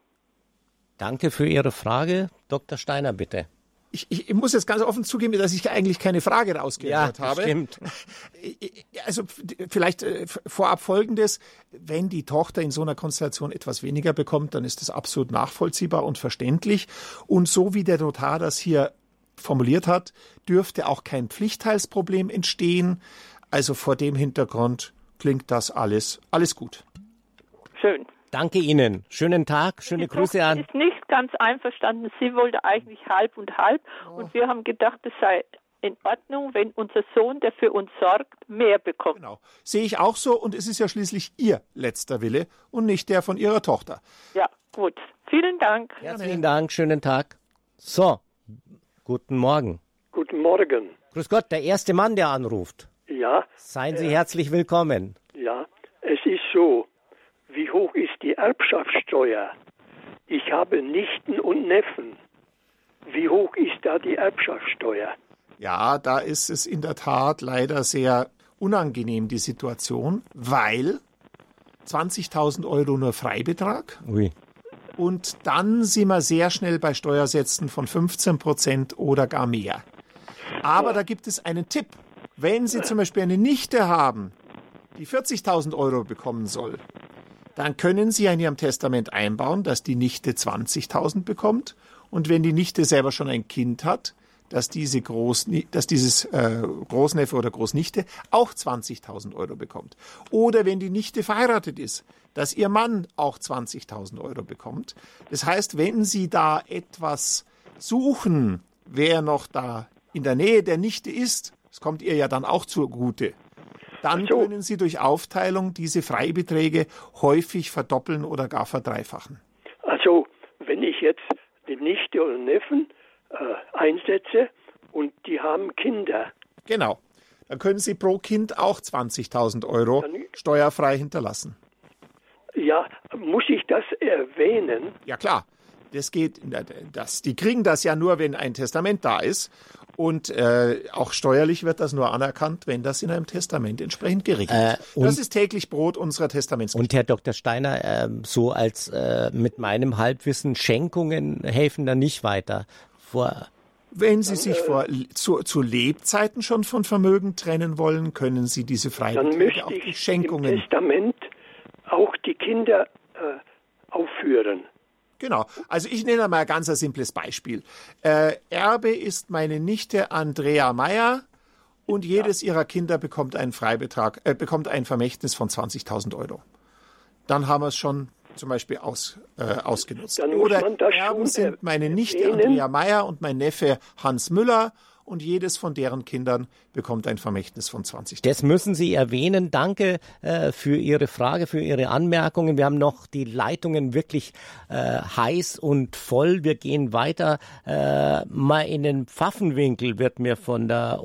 Danke für Ihre Frage. Dr. Steiner, bitte. Ich muss jetzt ganz offen zugeben, dass ich eigentlich keine Frage rausgehört habe. Ja, stimmt. Also vielleicht vorab Folgendes. Wenn die Tochter in so einer Konstellation etwas weniger bekommt, dann ist das absolut nachvollziehbar und verständlich. Und so wie der Notar das hier formuliert hat, dürfte auch kein Pflichtteilsproblem entstehen. Also vor dem Hintergrund klingt das alles gut. Schön. Danke Ihnen. Schönen Tag, schöne Grüße an. Sie ist nicht ganz einverstanden. Sie wollte eigentlich halb und halb. Und wir haben gedacht, es sei in Ordnung, wenn unser Sohn, der für uns sorgt, mehr bekommt. Genau. Sehe ich auch so, und es ist ja schließlich Ihr letzter Wille und nicht der von Ihrer Tochter. Ja, gut. Vielen Dank. Herzlichen Dank, schönen Tag. So, guten Morgen. Guten Morgen. Grüß Gott, der erste Mann, der anruft. Ja. Seien Sie herzlich willkommen. Ja, es ist so, wie hoch ist die Erbschaftssteuer? Ich habe Nichten und Neffen. Wie hoch ist da die Erbschaftssteuer? Ja, da ist es in der Tat leider sehr unangenehm, die Situation, weil 20.000 Euro nur Freibetrag. Ui. Und dann sind wir sehr schnell bei Steuersätzen von 15% oder gar mehr. Aber da gibt es einen Tipp. Wenn Sie zum Beispiel eine Nichte haben, die 40.000 Euro bekommen soll, dann können Sie in Ihrem Testament einbauen, dass die Nichte 20.000 bekommt. Und wenn die Nichte selber schon ein Kind hat, dass dieses Großneffe oder Großnichte auch 20.000 Euro bekommt. Oder wenn die Nichte verheiratet ist, dass ihr Mann auch 20.000 Euro bekommt. Das heißt, wenn Sie da etwas suchen, wer noch da in der Nähe der Nichte ist, das kommt ihr ja dann auch zugute, dann können Sie durch Aufteilung diese Freibeträge häufig verdoppeln oder gar verdreifachen. Also, wenn ich jetzt die Nichte oder Neffen einsetze und die haben Kinder. Genau. Dann können Sie pro Kind auch 20.000 Euro steuerfrei hinterlassen. Ja, muss ich das erwähnen? Ja, klar. Die kriegen das ja nur, wenn ein Testament da ist. Und auch steuerlich wird das nur anerkannt, wenn das in einem Testament entsprechend geregelt ist. Das ist täglich Brot unserer Testamentsgeschichte. Und Herr Dr. Steiner, so als mit meinem Halbwissen, Schenkungen helfen da nicht weiter. Wenn Sie sich zu Lebzeiten schon von Vermögen trennen wollen, können Sie diese Freibeträge auch durch Schenkungen. Im Testament auch die Kinder aufführen. Genau. Also ich nenne mal ein ganz simples Beispiel. Erbe ist meine Nichte Andrea Meyer und jedes ihrer Kinder bekommt einen Freibetrag, bekommt ein Vermächtnis von 20.000 Euro. Dann haben wir es schon zum Beispiel ausgenutzt. Oder Erben sind meine Nichte Andrea Meyer und mein Neffe Hans Müller und jedes von deren Kindern bekommt ein Vermächtnis von 20.000. Das müssen Sie erwähnen. Danke für Ihre Frage, für Ihre Anmerkungen. Wir haben noch die Leitungen wirklich heiß und voll. Wir gehen weiter. Mal in den Pfaffenwinkel wird mir von der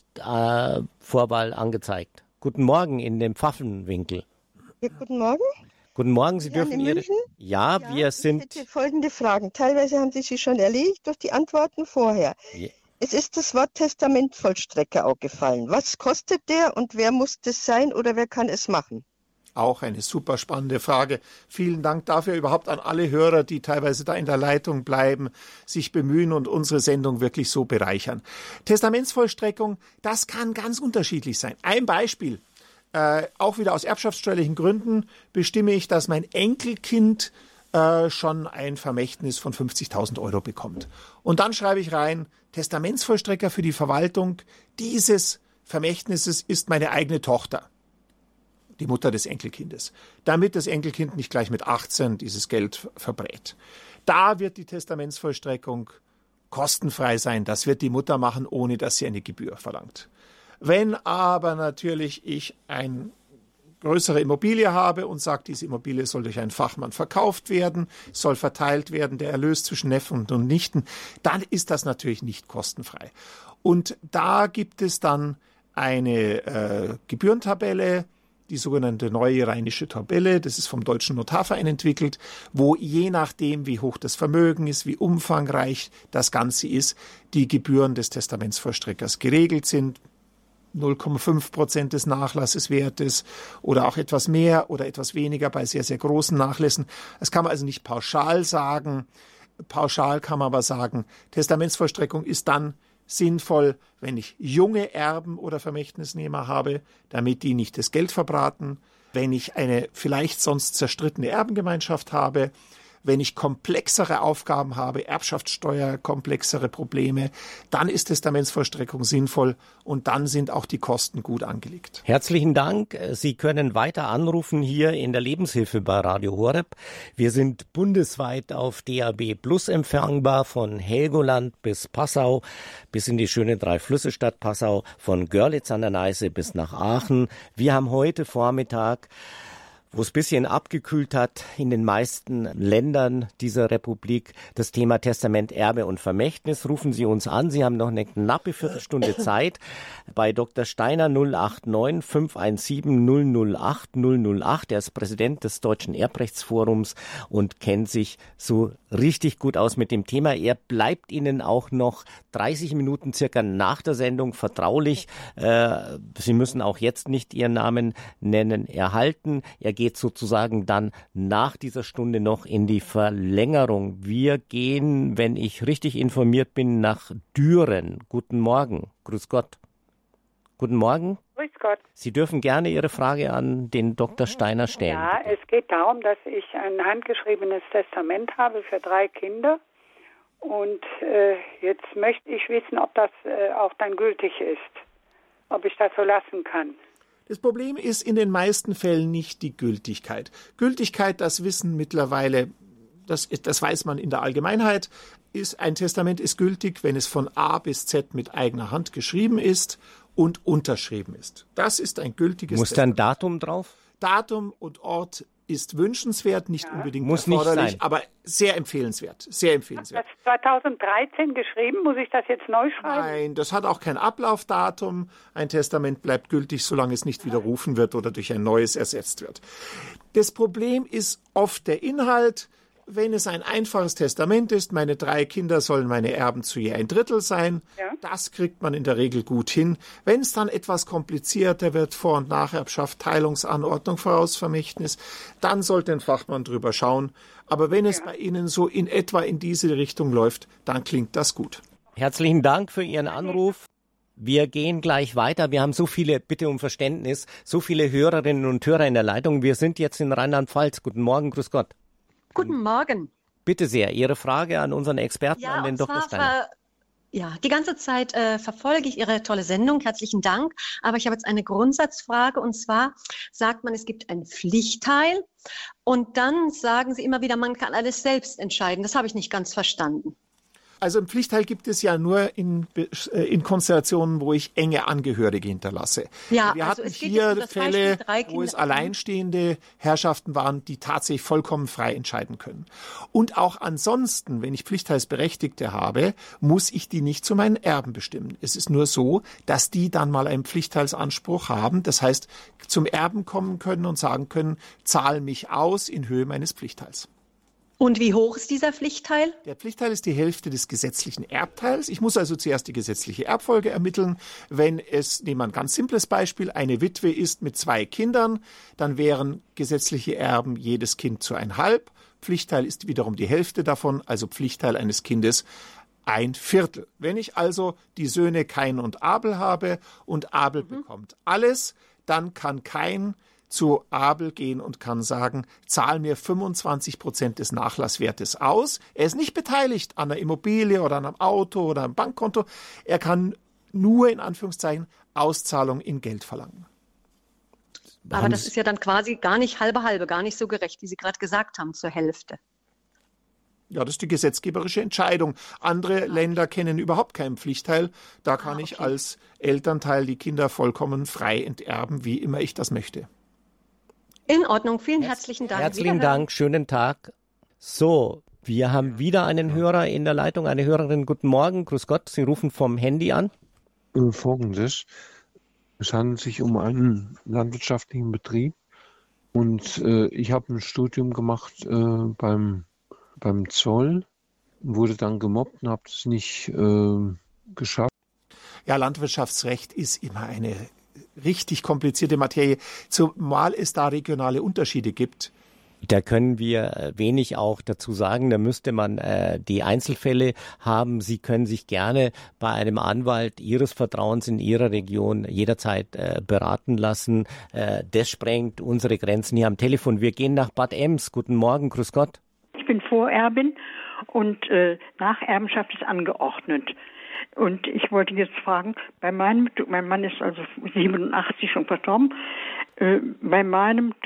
Ortsvorwahl angezeigt. Guten Morgen in dem Pfaffenwinkel. Ja, guten Morgen. Guten Morgen, Sie dürfen Ihre... Ja, wir sind... Ich hätte folgende Fragen. Teilweise haben Sie schon erledigt durch die Antworten vorher. Ja. Es ist das Wort Testamentvollstrecker auch gefallen. Was kostet der und wer muss das sein oder wer kann es machen? Auch eine super spannende Frage. Vielen Dank dafür überhaupt an alle Hörer, die teilweise da in der Leitung bleiben, sich bemühen und unsere Sendung wirklich so bereichern. Testamentsvollstreckung, das kann ganz unterschiedlich sein. Ein Beispiel. Auch wieder aus erbschaftssteuerlichen Gründen bestimme ich, dass mein Enkelkind schon ein Vermächtnis von 50.000 Euro bekommt. Und dann schreibe ich rein, Testamentsvollstrecker für die Verwaltung dieses Vermächtnisses ist meine eigene Tochter, die Mutter des Enkelkindes, damit das Enkelkind nicht gleich mit 18 dieses Geld verbrät. Da wird die Testamentsvollstreckung kostenfrei sein. Das wird die Mutter machen, ohne dass sie eine Gebühr verlangt. Wenn aber natürlich ich eine größere Immobilie habe und sage, diese Immobilie soll durch einen Fachmann verkauft werden, soll verteilt werden, der Erlös zwischen Neffen und Nichten, dann ist das natürlich nicht kostenfrei. Und da gibt es dann eine Gebührentabelle, die sogenannte Neue Rheinische Tabelle, das ist vom Deutschen Notarverein entwickelt, wo je nachdem, wie hoch das Vermögen ist, wie umfangreich das Ganze ist, die Gebühren des Testamentsvollstreckers geregelt sind. 0,5% des Nachlasseswertes oder auch etwas mehr oder etwas weniger bei sehr, sehr großen Nachlässen. Das kann man also nicht pauschal sagen. Pauschal kann man aber sagen, Testamentsvollstreckung ist dann sinnvoll, wenn ich junge Erben oder Vermächtnisnehmer habe, damit die nicht das Geld verbraten, wenn ich eine vielleicht sonst zerstrittene Erbengemeinschaft habe, Wenn ich komplexere Aufgaben habe, Erbschaftssteuer, komplexere Probleme, dann ist Testamentsvollstreckung sinnvoll und dann sind auch die Kosten gut angelegt. Herzlichen Dank. Sie können weiter anrufen hier in der Lebenshilfe bei Radio Horeb. Wir sind bundesweit auf DAB Plus empfangbar, von Helgoland bis Passau, bis in die schöne Drei-Flüsse-Stadt Passau, von Görlitz an der Neiße bis nach Aachen. Wir haben heute Vormittag, wo es ein bisschen abgekühlt hat, in den meisten Ländern dieser Republik das Thema Testament, Erbe und Vermächtnis. Rufen Sie uns an. Sie haben noch eine knappe Viertelstunde Zeit. Bei Dr. Steiner 089 517 008 008. Er ist Präsident des Deutschen Erbrechtsforums und kennt sich so richtig gut aus mit dem Thema. Er bleibt Ihnen auch noch 30 Minuten circa nach der Sendung vertraulich. Sie müssen auch jetzt nicht Ihren Namen nennen, erhalten. Er geht sozusagen dann nach dieser Stunde noch in die Verlängerung. Wir gehen, wenn ich richtig informiert bin, nach Düren. Guten Morgen. Grüß Gott. Guten Morgen. Grüß Gott. Sie dürfen gerne Ihre Frage an den Dr. Steiner stellen. Ja, es geht darum, dass ich ein handgeschriebenes Testament habe für 3 Kinder. Und jetzt möchte ich wissen, ob das auch dann gültig ist. Ob ich das so lassen kann. Das Problem ist in den meisten Fällen nicht die Gültigkeit. Gültigkeit, das wissen mittlerweile, das weiß man in der Allgemeinheit, ein Testament ist gültig, wenn es von A bis Z mit eigener Hand geschrieben ist und unterschrieben ist. Das ist ein gültiges Muss Testament. da ein Datum drauf? Datum und Ort ist wünschenswert, nicht unbedingt muss erforderlich, nicht sein. Aber sehr empfehlenswert. Sehr empfehlenswert. Das 2013 geschrieben, muss ich das jetzt neu schreiben? Nein, das hat auch kein Ablaufdatum. Ein Testament bleibt gültig, solange es nicht widerrufen wird oder durch ein neues ersetzt wird. Das Problem ist oft der Inhalt. Wenn es ein einfaches Testament ist, meine 3 Kinder sollen meine Erben zu je 1/3 sein, das kriegt man in der Regel gut hin. Wenn es dann etwas komplizierter wird, Vor- und Nacherbschaft, Teilungsanordnung, Vorausvermächtnis, dann sollte ein Fachmann drüber schauen. Aber wenn es bei Ihnen so in etwa in diese Richtung läuft, dann klingt das gut. Herzlichen Dank für Ihren Anruf. Wir gehen gleich weiter. Wir haben so viele, bitte um Verständnis, so viele Hörerinnen und Hörer in der Leitung. Wir sind jetzt in Rheinland-Pfalz. Guten Morgen, grüß Gott. Guten Morgen. Bitte sehr, Ihre Frage an unseren Experten, an den Dr. Steiner. Die ganze Zeit verfolge ich Ihre tolle Sendung. Herzlichen Dank. Aber ich habe jetzt eine Grundsatzfrage. Und zwar sagt man, es gibt einen Pflichtteil. Und dann sagen Sie immer wieder, man kann alles selbst entscheiden. Das habe ich nicht ganz verstanden. Also ein Pflichtteil gibt es ja nur in Konstellationen, wo ich enge Angehörige hinterlasse. Ja, wir also hatten es geht 4 jetzt um das Fälle, Beispiel wo es alleinstehende Herrschaften waren, die tatsächlich vollkommen frei entscheiden können. Und auch ansonsten, wenn ich Pflichtteilsberechtigte habe, muss ich die nicht zu meinen Erben bestimmen. Es ist nur so, dass die dann mal einen Pflichtteilsanspruch haben. Das heißt, zum Erben kommen können und sagen können, zahl mich aus in Höhe meines Pflichtteils. Und wie hoch ist dieser Pflichtteil? Der Pflichtteil ist die Hälfte des gesetzlichen Erbteils. Ich muss also zuerst die gesetzliche Erbfolge ermitteln. Wenn es, nehmen wir ein ganz simples Beispiel, eine Witwe ist mit 2 Kindern, dann wären gesetzliche Erben jedes Kind zu 1,5. Pflichtteil ist wiederum die Hälfte davon, also Pflichtteil eines Kindes 1/4. Wenn ich also die Söhne Kain und Abel habe und Abel bekommt alles, dann kann Kain zu Abel gehen und kann sagen, zahl mir 25% des Nachlasswertes aus. Er ist nicht beteiligt an einer Immobilie oder an einem Auto oder einem Bankkonto. Er kann nur in Anführungszeichen Auszahlung in Geld verlangen. Aber das ist ja dann quasi gar nicht halbe, gar nicht so gerecht, wie Sie gerade gesagt haben, zur Hälfte. Ja, das ist die gesetzgeberische Entscheidung. Andere Länder kennen überhaupt keinen Pflichtteil. Da kann ich als Elternteil die Kinder vollkommen frei enterben, wie immer ich das möchte. In Ordnung, vielen herzlichen Dank. Herzlichen Dank, schönen Tag. So, wir haben wieder einen Hörer in der Leitung, eine Hörerin. Guten Morgen, grüß Gott, Sie rufen vom Handy an. Folgendes, es handelt sich um einen landwirtschaftlichen Betrieb und ich habe ein Studium gemacht beim Zoll, wurde dann gemobbt und habe es nicht geschafft. Ja, Landwirtschaftsrecht ist immer eine richtig komplizierte Materie, zumal es da regionale Unterschiede gibt. Da können wir wenig auch dazu sagen. Da müsste man die Einzelfälle haben. Sie können sich gerne bei einem Anwalt Ihres Vertrauens in Ihrer Region jederzeit beraten lassen. Das sprengt unsere Grenzen hier am Telefon. Wir gehen nach Bad Ems. Guten Morgen, grüß Gott. ich bin Vorerbin und Nacherbenschaft ist angeordnet. Und ich wollte jetzt fragen, mein Mann ist also 87 schon verstorben, bei meinem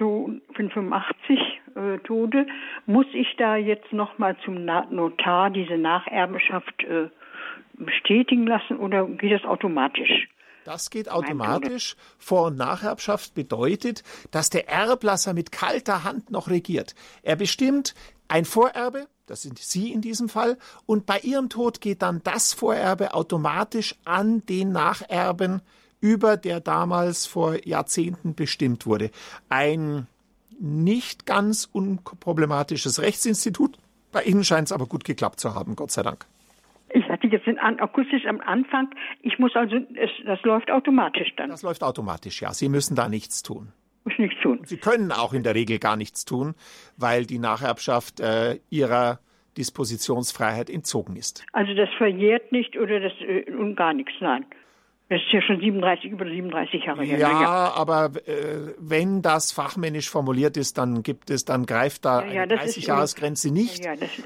85 Tode, muss ich da jetzt nochmal zum Notar diese Nacherbenschaft bestätigen lassen oder geht das automatisch? Das geht automatisch. Vor- und Nacherbschaft bedeutet, dass der Erblasser mit kalter Hand noch regiert. Er bestimmt ein Vorerbe, das sind Sie in diesem Fall, und bei Ihrem Tod geht dann das Vorerbe automatisch an den Nacherben über, der damals vor Jahrzehnten bestimmt wurde. Ein nicht ganz unproblematisches Rechtsinstitut. Bei Ihnen scheint es aber gut geklappt zu haben, Gott sei Dank. Ich hatte jetzt akustisch am Anfang, ich muss also, das läuft automatisch dann. Das läuft automatisch, ja. Sie müssen da nichts tun. Muss nichts tun. Sie können auch in der Regel gar nichts tun, weil die Nacherbschaft Ihrer Dispositionsfreiheit entzogen ist. Also das verjährt nicht oder das und gar nichts, nein. Das ist ja schon über 37 Jahre her. Ja, aber wenn das fachmännisch formuliert ist, dann greift da eine 30-Jahres-Grenze nicht.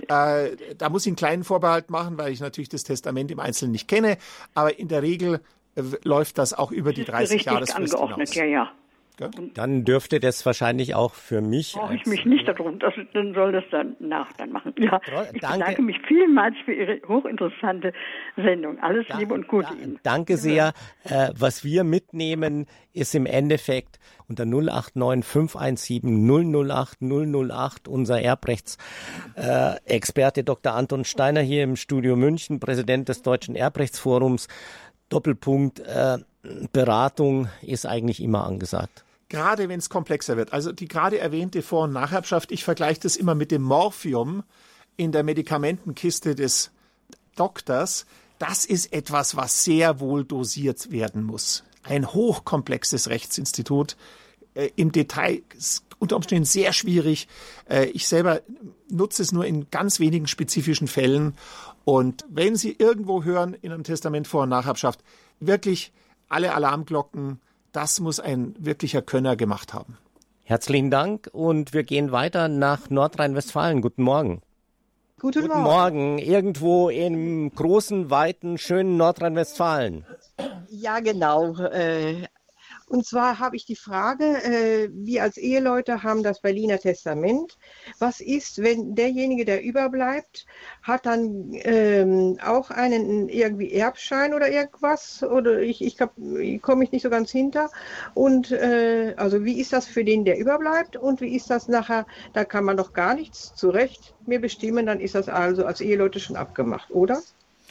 Da muss ich einen kleinen Vorbehalt machen, weil ich natürlich das Testament im Einzelnen nicht kenne. Aber in der Regel läuft das auch über die 30-Jahres-Frist hinaus. Ja. Dann dürfte das wahrscheinlich auch für mich... Brauche ich mich nicht darum, dann soll das dann machen. Ja, ich bedanke mich vielmals für Ihre hochinteressante Sendung. Alles Liebe und Gute Ihnen. Danke sehr. Was wir mitnehmen, ist im Endeffekt unter 089 517 008 008 unser Erbrechtsexperte Dr. Anton Steiner hier im Studio München, Präsident des Deutschen Erbrechtsforums. Doppelpunkt, Beratung ist eigentlich immer angesagt. Gerade wenn es komplexer wird. Also die gerade erwähnte Vor- und Nacherbschaft, ich vergleiche das immer mit dem Morphium in der Medikamentenkiste des Doktors. Das ist etwas, was sehr wohl dosiert werden muss. Ein hochkomplexes Rechtsinstitut. Im Detail ist unter Umständen sehr schwierig. Ich selber nutze es nur in ganz wenigen spezifischen Fällen. Und wenn Sie irgendwo hören in einem Testament Vor- und Nacherbschaft, wirklich alle Alarmglocken, das muss ein wirklicher Könner gemacht haben. Herzlichen Dank und wir gehen weiter nach Nordrhein-Westfalen. Guten Morgen. Guten Morgen. Irgendwo im großen, weiten, schönen Nordrhein-Westfalen. Ja, genau. Und zwar habe ich die Frage, wir als Eheleute haben das Berliner Testament. Was ist, wenn derjenige, der überbleibt, hat dann auch einen irgendwie Erbschein oder irgendwas? Oder ich komme nicht so ganz hinter. Und also wie ist das für den, der überbleibt? Und wie ist das nachher? Da kann man doch gar nichts zu Recht mehr bestimmen. Dann ist das also als Eheleute schon abgemacht, oder?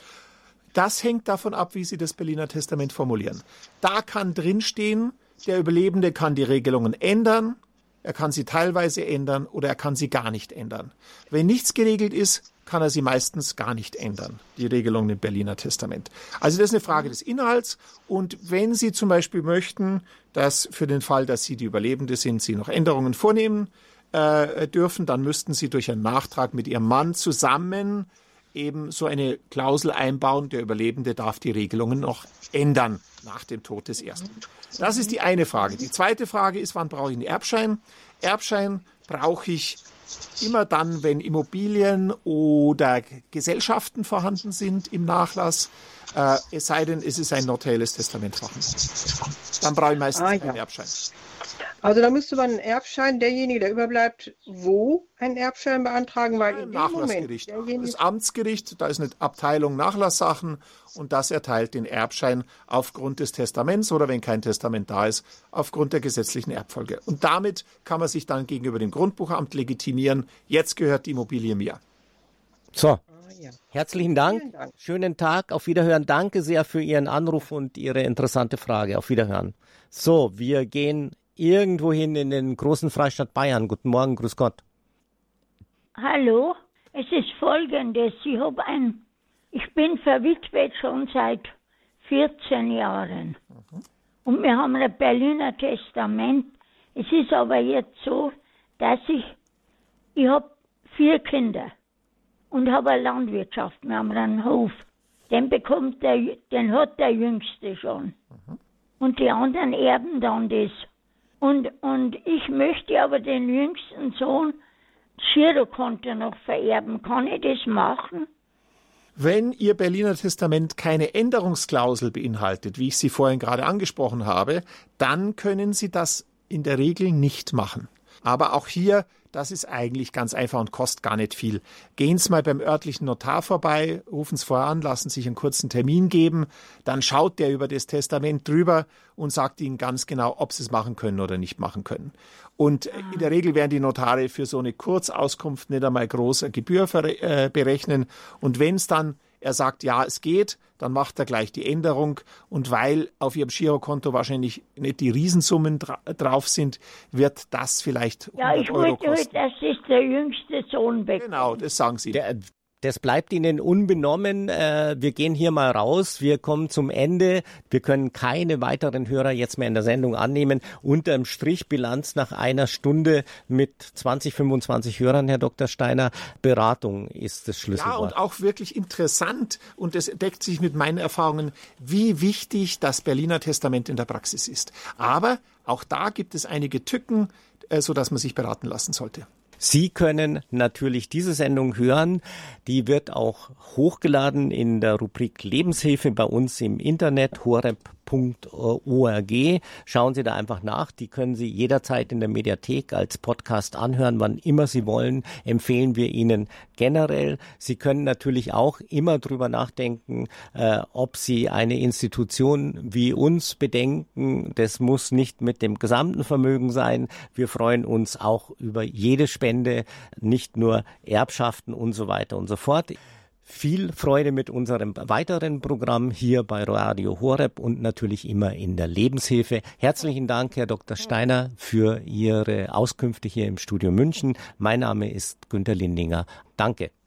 Das hängt davon ab, wie Sie das Berliner Testament formulieren. Da kann drinstehen, der Überlebende kann die Regelungen ändern, er kann sie teilweise ändern oder er kann sie gar nicht ändern. Wenn nichts geregelt ist, kann er sie meistens gar nicht ändern, die Regelungen im Berliner Testament. Also das ist eine Frage des Inhalts. Und wenn Sie zum Beispiel möchten, dass für den Fall, dass Sie die Überlebende sind, Sie noch Änderungen vornehmen dürfen, dann müssten Sie durch einen Nachtrag mit Ihrem Mann zusammen eben so eine Klausel einbauen, der Überlebende darf die Regelungen noch ändern nach dem Tod des Ersten. Das ist die eine Frage. Die zweite Frage ist, wann brauche ich einen Erbschein? Erbschein brauche ich immer dann, wenn Immobilien oder Gesellschaften vorhanden sind im Nachlass, es sei denn, es ist ein notarielles Testament vorhanden. Dann brauche ich meistens einen Erbschein. Also da müsste man einen Erbschein, derjenige, der überbleibt, wo einen Erbschein beantragen, weil in dem Nachlassgericht. Moment Das Amtsgericht, da ist eine Abteilung Nachlasssachen und das erteilt den Erbschein aufgrund des Testaments oder wenn kein Testament da ist, aufgrund der gesetzlichen Erbfolge. Und damit kann man sich dann gegenüber dem Grundbuchamt legitimieren, jetzt gehört die Immobilie mir. So, herzlichen Dank. Schönen Tag, auf Wiederhören. Danke sehr für Ihren Anruf und Ihre interessante Frage. Auf Wiederhören. So, wir gehen irgendwohin in den großen Freistaat Bayern. Guten Morgen, grüß Gott. Hallo, es ist Folgendes. Ich bin verwitwet schon seit 14 Jahren. Und wir haben ein Berliner Testament. Es ist aber jetzt so, dass ich habe 4 Kinder und habe eine Landwirtschaft. Wir haben einen Hof. Den hat der Jüngste schon. Und die anderen erben dann das. Und ich möchte aber den jüngsten Sohn Girokonto noch vererben. Kann ich das machen? Wenn Ihr Berliner Testament keine Änderungsklausel beinhaltet, wie ich sie vorhin gerade angesprochen habe, dann können Sie das in der Regel nicht machen. Aber auch hier, das ist eigentlich ganz einfach und kostet gar nicht viel. Gehen Sie mal beim örtlichen Notar vorbei, rufen Sie vorher an, lassen sich einen kurzen Termin geben, dann schaut der über das Testament drüber und sagt Ihnen ganz genau, ob Sie es machen können oder nicht machen können. Und in der Regel werden die Notare für so eine Kurzauskunft nicht einmal große Gebühr berechnen. Und wenn es dann, er sagt, ja, es geht, dann macht er gleich die Änderung. Und weil auf Ihrem Girokonto wahrscheinlich nicht die Riesensummen drauf sind, wird das vielleicht 100 Euro kosten. Ja, ich wollte, das ist der jüngste Sohn bekommen. Genau, das sagen Sie. Das bleibt Ihnen unbenommen. Wir gehen hier mal raus. Wir kommen zum Ende. Wir können keine weiteren Hörer jetzt mehr in der Sendung annehmen. Unterm Strich Bilanz nach einer Stunde mit 20, 25 Hörern, Herr Dr. Steiner. Beratung ist das Schlüsselwort. Ja, und auch wirklich interessant, und das deckt sich mit meinen Erfahrungen, wie wichtig das Berliner Testament in der Praxis ist. Aber auch da gibt es einige Tücken, sodass man sich beraten lassen sollte. Sie können natürlich diese Sendung hören. Die wird auch hochgeladen in der Rubrik Lebenshilfe bei uns im Internet, horeb.org. Schauen Sie da einfach nach. Die können Sie jederzeit in der Mediathek als Podcast anhören, wann immer Sie wollen. Empfehlen wir Ihnen generell. Sie können natürlich auch immer drüber nachdenken, ob Sie eine Institution wie uns bedenken. Das muss nicht mit dem gesamten Vermögen sein. Wir freuen uns auch über jede Spende, nicht nur Erbschaften und so weiter und so fort. Viel Freude mit unserem weiteren Programm hier bei Radio Horeb und natürlich immer in der Lebenshilfe. Herzlichen Dank, Herr Dr. Steiner, für Ihre Auskünfte hier im Studio München. Mein Name ist Günter Lindinger. Danke.